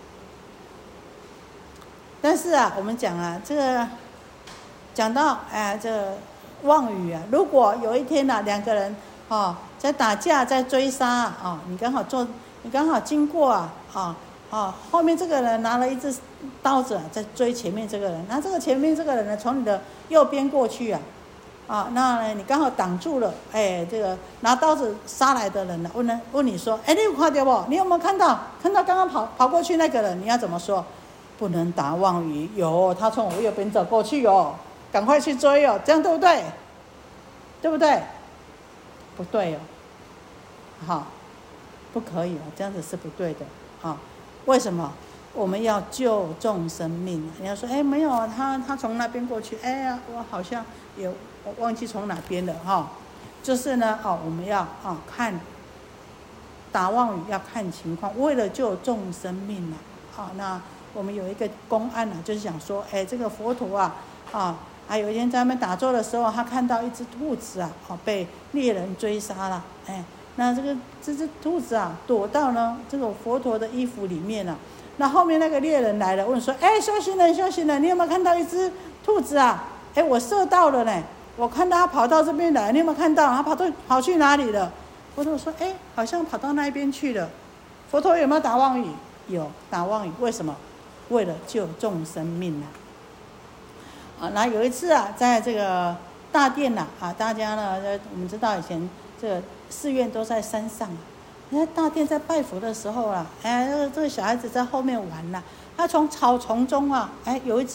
但是啊，我们讲啊，这个讲到哎，这个妄语啊，如果有一天啊，两个人啊在打架，在追杀啊，你刚好做，你刚好经过啊，啊啊，后面这个人拿了一支刀子啊，在追前面这个人，那这个前面这个人呢，从你的右边过去啊。啊，那你刚好挡住了，哎，这个拿刀子杀来的人呢，问呢问你说，哎，你有看到不？你有没有看到？看到刚刚跑跑过去那个人，你要怎么说？不能打妄语，有，他从我右边走过去哦，赶快去追哦，这样对不对？对不对？不对哦，好，不可以哦，这样子是不对的啊。为什么？我们要救众生命。你要说，哎，没有啊，他他从那边过去，哎呀，我好像也我忘记从哪边了哈。就是呢，哦，我们要啊看打妄语要看情况，为了救众生命啊，好，那我们有一个公案啊，就是想说，哎，这个佛陀啊，啊，啊有一天在他们打坐的时候，他看到一只兔子啊，哦被猎人追杀了，哎，那这个这只兔子啊，躲到呢这个佛陀的衣服里面了、啊。那后面那个猎人来了，问说：“哎，修行人，修行人，你有没有看到一只兔子啊？哎，我射到了呢，我看到他跑到这边来，你有没有看到？他跑到跑去哪里了？”佛陀说：“哎，好像跑到那边去了。”佛陀有没有打妄语？有打妄语，为什么？为了救众生命啊！啊，那有一次啊，在这个大殿呐、啊，啊，大家呢，我们知道以前这个寺院都在山上、啊。人家大殿在拜佛的时候啊，哎，这个这个小孩子在后面玩啦、啊。他从草丛中啊，哎，有一只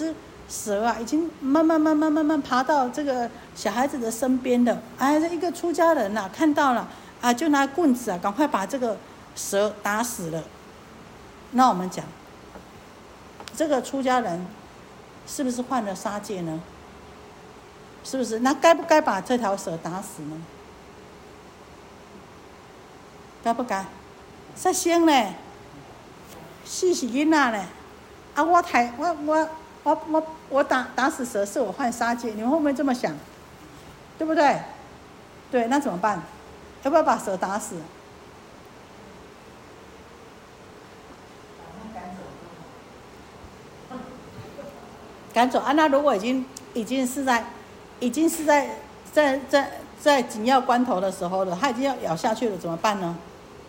蛇啊，已经慢慢慢慢慢慢爬到这个小孩子的身边了。哎，这一个出家人呐、啊，看到了啊，就拿棍子啊，赶快把这个蛇打死了。那我们讲，这个出家人是不是犯了杀戒呢？是不是？那该不该把这条蛇打死呢？该不该？杀生呢？死是囡仔呢？啊，我抬我我我我我打打死蛇是我犯杀戒，你们会不会这么想？对不对？对，那怎么办？要不要把蛇打死？赶走啊！那如果已经已经是在，已经是在在在在紧要关头的时候了，它已经要咬下去了，怎么办呢？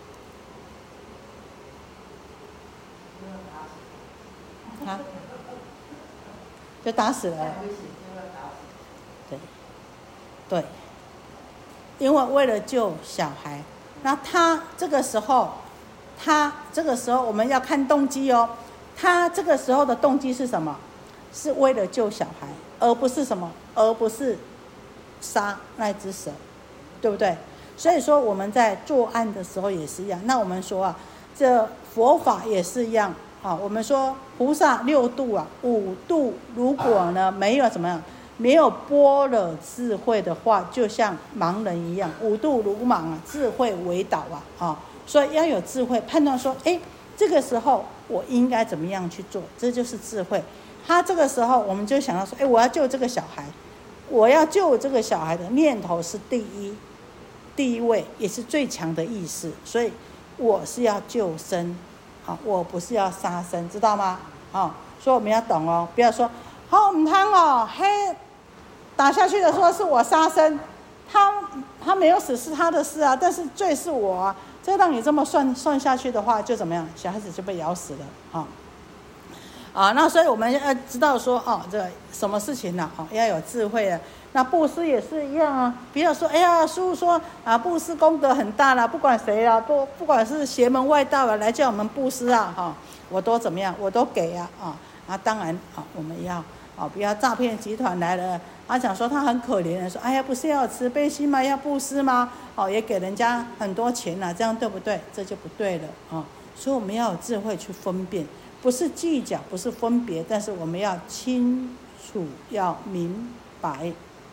啊，就打死了。对，对，因为为了救小孩，那他这个时候，他这个时候我们要看动机哦。他这个时候的动机是什么？是为了救小孩，而不是什么，而不是杀那只蛇，对不对？所以说我们在作案的时候也是一样。那我们说啊，这佛法也是一样啊。我们说菩萨六度啊，五度如果呢没有怎么样，没有般若智慧的话，就像盲人一样，五度如盲啊，智慧为导啊啊。所以要有智慧判断说，哎，这个时候我应该怎么样去做，这就是智慧。他这个时候我们就想到说，哎，我要救这个小孩，我要救这个小孩的念头是第一第一位，也是最强的意识，所以我是要救生，啊，我不是要杀生，知道吗？啊，所以我们要懂哦，不要说好唔通哦，嘿，打下去的时候是我杀生，他他没有死是他的事啊，但是罪是我啊，这让你这么算算下去的话，就怎么样？小孩子就被咬死了啊。啊，那所以我们要知道说，哦，这个什么事情呢、啊？哦，要有智慧啊。那布施也是一样啊，不要说，哎呀，师父说啊，布施功德很大啦，不管谁啦，不不管是邪门外道啊，来叫我们布施啊，哈、哦，我都怎么样，我都给啊，啊，啊，当然啊，我们要啊，不要诈骗集团来了，他讲说他很可怜，说，哎呀，不是要有慈悲心吗？要布施吗？哦，也给人家很多钱啊，这样对不对？这就不对了啊、哦，所以我们要有智慧去分辨。不是计较，不是分别，但是我们要清楚，要明白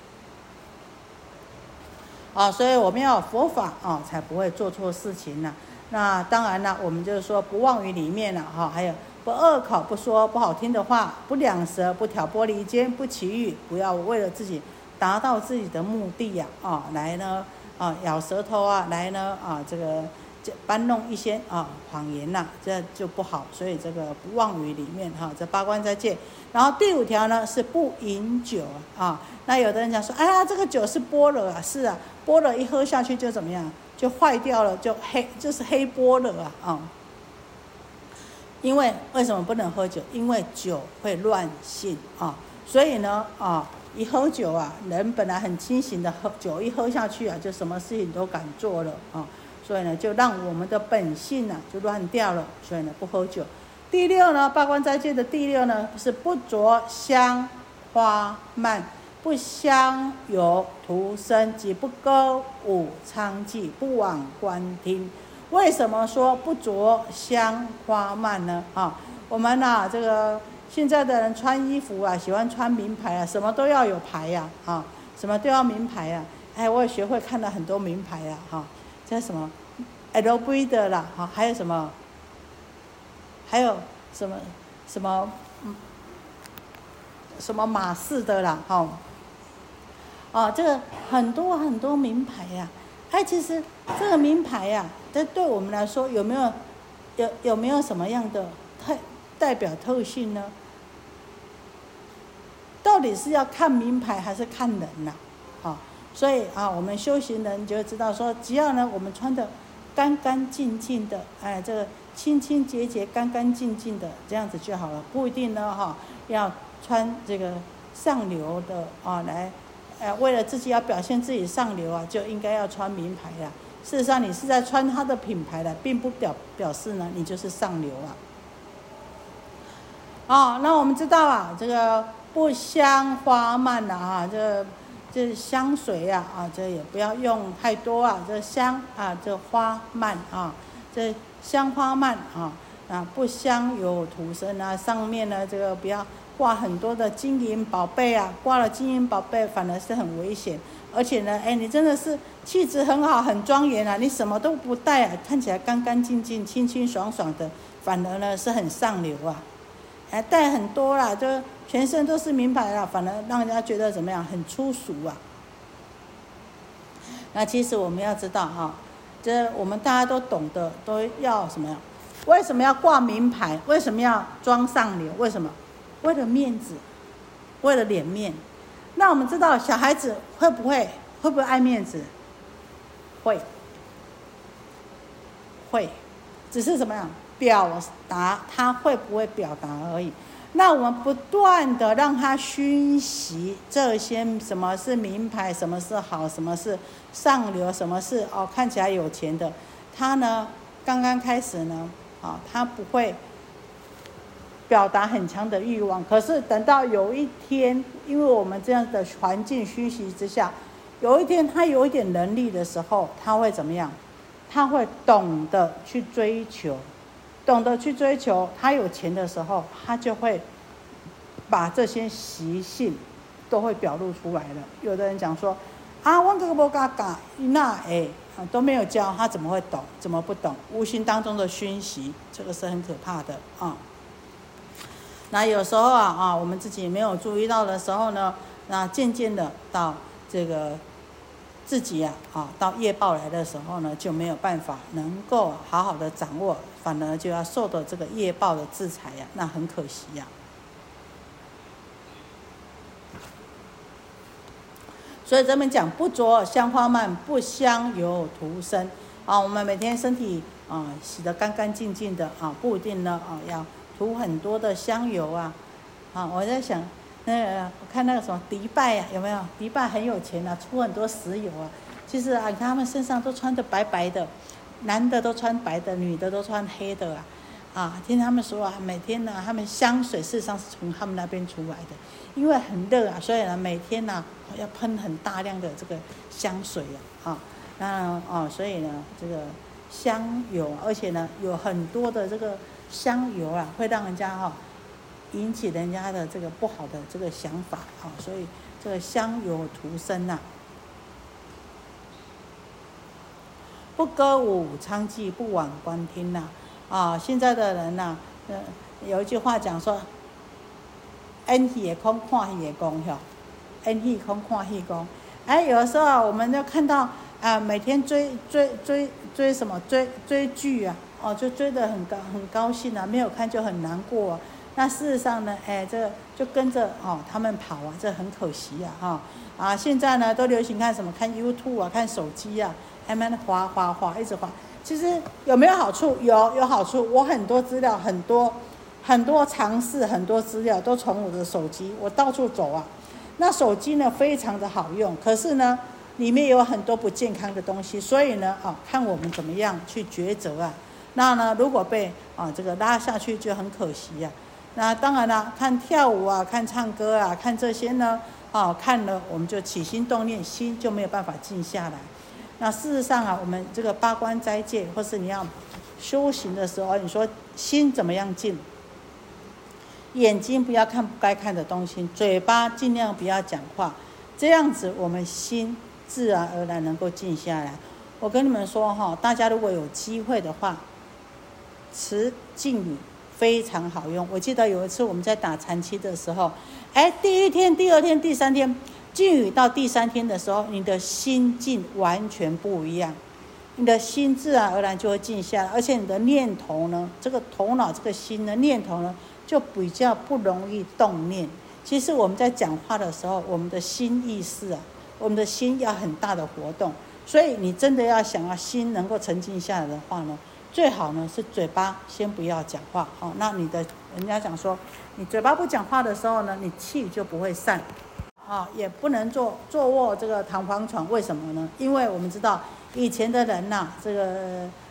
啊，所以我们要有佛法啊，才不会做错事情呢。那当然了，我们就是说不妄语里面了哈，还有不恶口，不说不好听的话，不两舌，不挑拨离间，不绮语，不要为了自己达到自己的目的呀啊，来呢啊咬舌头啊，来呢啊这个。搬弄一些啊谎言呐、啊，这就不好。所以这个不妄语里面哈、啊，这八关斋戒。然后第五条呢是不饮酒啊。那有的人讲说，哎呀，这个酒是般若啊，是啊，般若一喝下去就怎么样，就坏掉了，就黑，就是黑般若啊啊。因为为什么不能喝酒？因为酒会乱性啊。所以呢啊，一喝酒啊，人本来很清醒的，喝酒一喝下去啊，就什么事情都敢做了啊。所以呢，就让我们的本性呢、啊、就乱掉了。所以呢，不喝酒。第六呢，八关斋戒的第六呢是不着香花蔓，不香油涂身，即不歌舞娼妓，不往观听。为什么说不着香花蔓呢？啊，我们啊，这个现在的人穿衣服啊，喜欢穿名牌啊，什么都要有牌呀、啊，啊，什么都要名牌呀、啊。哎，我也学会看了很多名牌呀、啊，哈、啊，这什么？L V 的啦，哈，还有什么？还有什么什么嗯，什么马士的啦，哈，哦，这个很多很多名牌呀、啊，哎，其实这个名牌呀、啊，这对我们来说有没有有有没有什么样的特代表特性呢？到底是要看名牌还是看人呐、啊？啊、哦，所以啊，我们修行人就会知道说，只要呢我们穿的干干净净的，哎，这个清清洁洁、干干净净的这样子就好了，不一定呢哈、哦，要穿这个上流的啊来，呃，为了自己要表现自己上流啊，就应该要穿名牌啦。事实上，你是在穿它的品牌的，并不表表示呢你就是上流啊。哦，那我们知道啊，这个不香花漫呐啊，这这香水呀 啊, 啊，这也不要用太多啊，这香啊，这花漫啊，这香花漫啊啊，不香有土生啊，上面呢这个不要挂很多的金银宝贝啊，挂了金银宝贝反而是很危险。而且呢，哎，你真的是气质很好，很庄严啊！你什么都不带啊，看起来干干净净、清清爽爽的，反而呢是很上流啊。哎，带很多啦，就全身都是名牌啦，反而让人家觉得怎么样，很粗俗啊。那其实我们要知道哈、啊，这我们大家都懂得，都要什么呀？为什么要挂名牌？为什么要装上流？为什么？为了面子，为了脸面。那我们知道小孩子会不会会不会爱面子？会，会，只是怎么样表达他会不会表达而已。那我们不断的让他熏习这些什么是名牌，什么是好，什么是上流，什么是哦看起来有钱的，他呢刚刚开始呢，啊、哦、他不会表达很强的欲望，可是等到有一天，因为我们这样的环境熏习之下，有一天他有一点能力的时候，他会怎么样？他会懂得去追求，懂得去追求。他有钱的时候，他就会把这些习性都会表露出来了。有的人讲说啊，我这个不嘎嘎，那哎都没有教他怎么会懂？怎么不懂？无形当中的熏习，这个是很可怕的啊。那有时候啊啊，我们自己没有注意到的时候呢，那渐渐的到这个自己啊啊到业报来的时候呢，就没有办法能够好好的掌握，反而就要受到这个业报的制裁呀、啊，那很可惜呀、啊。所以咱们讲不着香花漫，不香有徒生啊。我们每天身体啊洗得干干净净的啊，不一定呢啊要涂很多的香油啊，啊，我在想，那个我看那个什么迪拜啊，有没有？迪拜很有钱啊，出很多石油啊。其实啊，你看他们身上都穿得白白的，男的都穿白的，女的都穿黑的啊。啊，听他们说啊，每天呢，他们香水事实上是从他们那边出来的，因为很热啊，所以呢，每天呢要喷很大量的这个香水啊，啊，那哦，所以呢，这个香油，而且呢，有很多的这个香油啊，会让人家哈、哦、引起人家的这个不好的这个想法啊、哦，所以这个香油徒生呐、啊，不歌舞娼妓，不往观听呐、啊，啊，现在的人呐、啊，呃，有一句话讲说，演戏的空，看戏的功，吼，演戏空，看戏功。哎，有的时候啊，我们就看到啊，每天追追追追什么追追剧啊。哦，就追得很高很高兴啊，没有看就很难过啊。那事实上呢，哎，这个就跟着哦他们跑啊，这很可惜啊哈啊！现在呢都流行看什么？看 YouTube 啊，看手机啊，还蛮滑滑滑一直滑。其实有没有好处？有有好处。我很多资料，很多很多尝试，很多资料都从我的手机，我到处走啊。那手机呢非常的好用，可是呢里面有很多不健康的东西，所以呢啊，看我们怎么样去抉择啊。那呢，如果被啊这个拉下去就很可惜呀、啊。那当然了，看跳舞啊，看唱歌啊，看这些呢，啊看了我们就起心动念，心就没有办法静下来。那事实上啊，我们这个八关斋戒，或是你要修行的时候，你说心怎么样静？眼睛不要看不该看的东西，嘴巴尽量不要讲话，这样子我们心自然而然能够静下来。我跟你们说哈，大家如果有机会的话，持静语非常好用。我记得有一次我们在打禅期的时候，哎，第一天、第二天、第三天，静语到第三天的时候，你的心境完全不一样，你的心自然而然就会静下来，而且你的念头呢，这个头脑、这个心的念头呢，就比较不容易动念。其实我们在讲话的时候，我们的心意识啊，我们的心要很大的活动。所以你真的要想要心能够沉静下来的话呢，最好呢是嘴巴先不要讲话，哦，那你的人家讲说，你嘴巴不讲话的时候呢，你气就不会散，啊、哦，也不能坐坐卧这个弹簧床，为什么呢？因为我们知道以前的人呐、啊，这个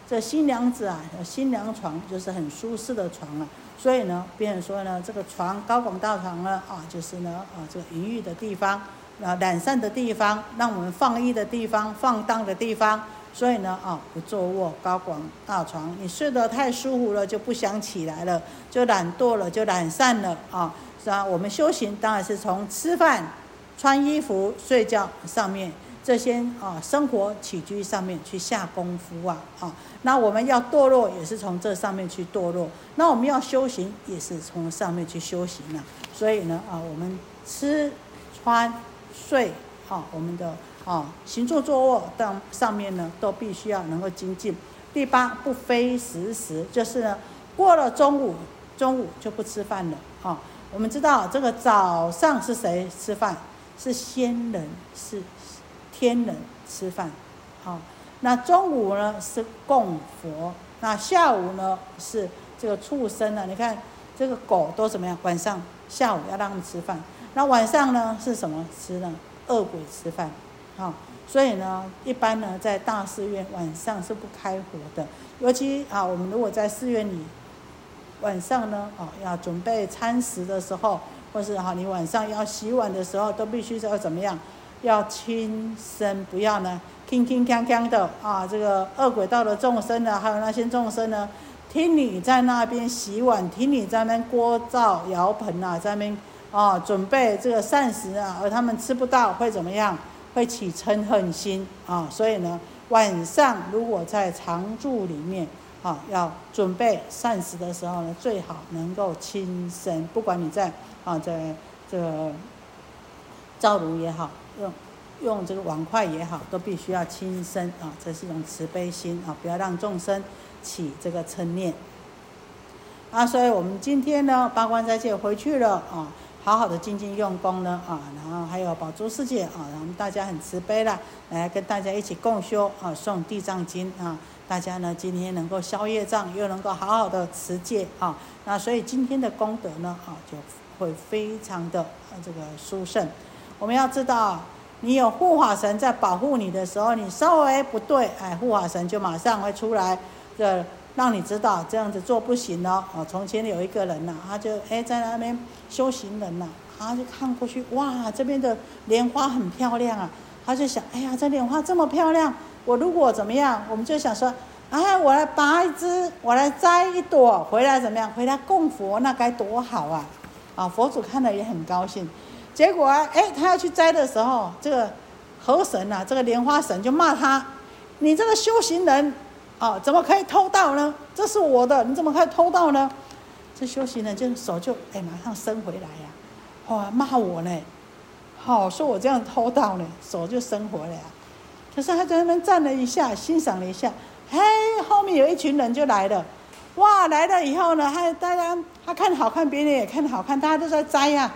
这新娘子啊，新娘床就是很舒适的床啊，所以呢，别人说呢，这个床高广大床呢，啊，就是呢，啊，这个淫欲的地方，啊，懒散的地方，让我们放逸的地方，放荡的地方。所以呢，啊，不坐卧高广大床，你睡得太舒服了，就不想起来了，就懒惰了，就懒散了啊。是啊，我们修行当然是从吃饭、穿衣服、睡觉上面这些啊生活起居上面去下功夫啊啊。那我们要堕落，也是从这上面去堕落；那我们要修行，也是从上面去修行啊。所以呢，啊，我们吃、穿、睡，啊，我们的。啊，行住坐卧当上面呢，都必须要能够精进。第八，不非时时，就是呢，过了中午，中午就不吃饭了啊。我们知道这个早上是谁吃饭？是仙人，是天人吃饭。好、啊，那中午呢是供佛，那下午呢是这个畜生呢。你看这个狗都怎么样？晚上、下午要让他们吃饭。那晚上呢是什么吃呢？恶鬼吃饭。哦、所以呢，一般呢，在大寺院晚上是不开火的，尤其啊，我们如果在寺院里晚上呢，啊，要准备餐食的时候，或是哈、啊，你晚上要洗碗的时候，都必须要怎么样？要轻声，不要呢，铿铿锵锵的啊，这个恶鬼道的众生呢，还有那些众生呢，听你在那边洗碗，听你在那边锅灶窑盆啊，在那边啊准备这个膳食啊，而他们吃不到，会怎么样？会起嗔恨心啊，所以呢，晚上如果在常住里面啊，要准备膳食的时候呢，最好能够轻声，不管你在啊，在这个灶炉也好，用用这个碗筷也好，都必须要轻声啊，这是一种慈悲心啊，不要让众生起这个嗔念啊。所以我们今天呢，八关斋戒回去了啊。好好的精进用功呢啊，然后还有宝珠师姐啊，然后大家很慈悲啦，来跟大家一起共修啊，诵地藏经啊，大家呢今天能够消业障，又能够好好的持戒啊，那所以今天的功德呢啊，就会非常的这个殊胜。我们要知道，你有护法神在保护你的时候，你稍微不对，哎，护法神就马上会出来这。让你知道这样子做不行哦。哦，从前有一个人呐、啊，他就哎在那边修行人呐、啊，他就看过去，哇，这边的莲花很漂亮啊，他就想，哎呀，这莲花这么漂亮，我如果怎么样，我们就想说，哎，我来拔一枝，我来摘一朵，回来怎么样？回来供佛，那该多好啊！啊，佛祖看了也很高兴。结果啊，哎，他要去摘的时候，这个河神啊，这个莲花神就骂他，你这个修行人。哦，怎么可以偷盗呢？这是我的，你怎么可以偷盗呢？这修行人就手就哎马上伸回来呀、啊，哇、哦、骂我呢，好、哦、说我这样偷盗呢，手就伸回来、啊。可是他在那边站了一下，欣赏了一下，嘿，后面有一群人就来了，哇，来了以后呢，他大家他看好看，别人也看好看，大家都在摘呀、啊。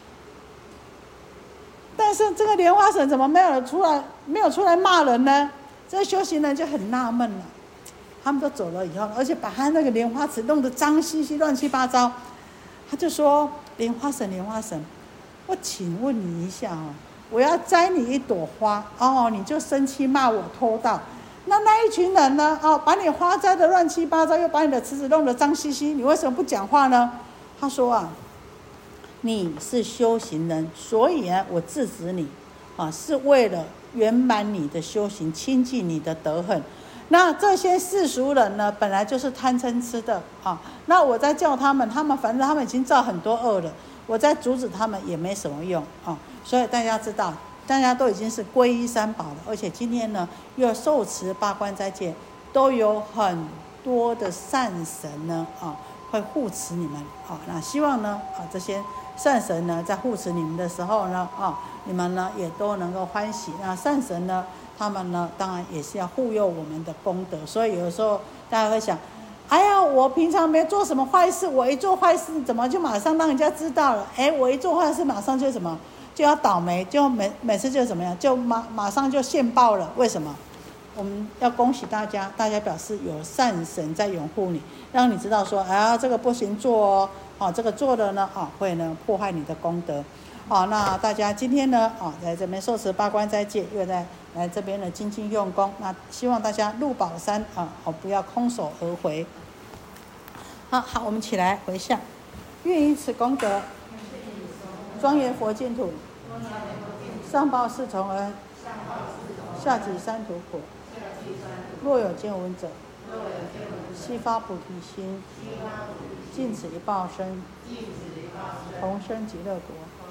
但是这个莲花神怎么没有出来，没有出来骂人呢？这个修行人就很纳闷了。他们都走了以后，而且把他那个莲花池弄得脏兮兮、乱七八糟。他就说：“莲花神，莲花神，我请问你一下哦，我要摘你一朵花哦，你就生气骂我偷盗。那那一群人呢？哦，把你花摘得乱七八糟，又把你的池子弄得脏兮兮，你为什么不讲话呢？”他说啊：“你是修行人，所以啊，我制止你啊，是为了圆满你的修行，清净你的德行。”那这些世俗人呢，本来就是贪嗔痴的啊。那我在叫他们，他们反正他们已经造很多恶了，我在阻止他们也没什么用啊。所以大家知道，大家都已经是皈依三宝了，而且今天呢又受持八关斋戒，都有很多的善神呢啊会护持你们啊。那希望呢啊这些善神呢在护持你们的时候呢啊，你们呢也都能够欢喜。那善神呢，他们呢，当然也是要护佑我们的功德，所以有的时候大家会想，哎呀，我平常没做什么坏事，我一做坏事，怎么就马上让人家知道了？哎，我一做坏事，马上就什么，就要倒霉，就每每次就怎么样，就马马上就现报了。为什么？我们要恭喜大家，大家表示有善神在拥护你，让你知道说，啊，这个不行做哦，哦，这个做了呢，啊，会呢破坏你的功德。 好，那大家今天呢，啊，在这边受持八关斋戒，又在来这边呢精进用功。那希望大家入宝山啊，哦，不要空手而回。好好，我们起来回向，愿以此功德，庄严佛净土，上报四重恩，下济三途苦。若有见闻者，悉发菩提心，尽此一报身，同生极乐国。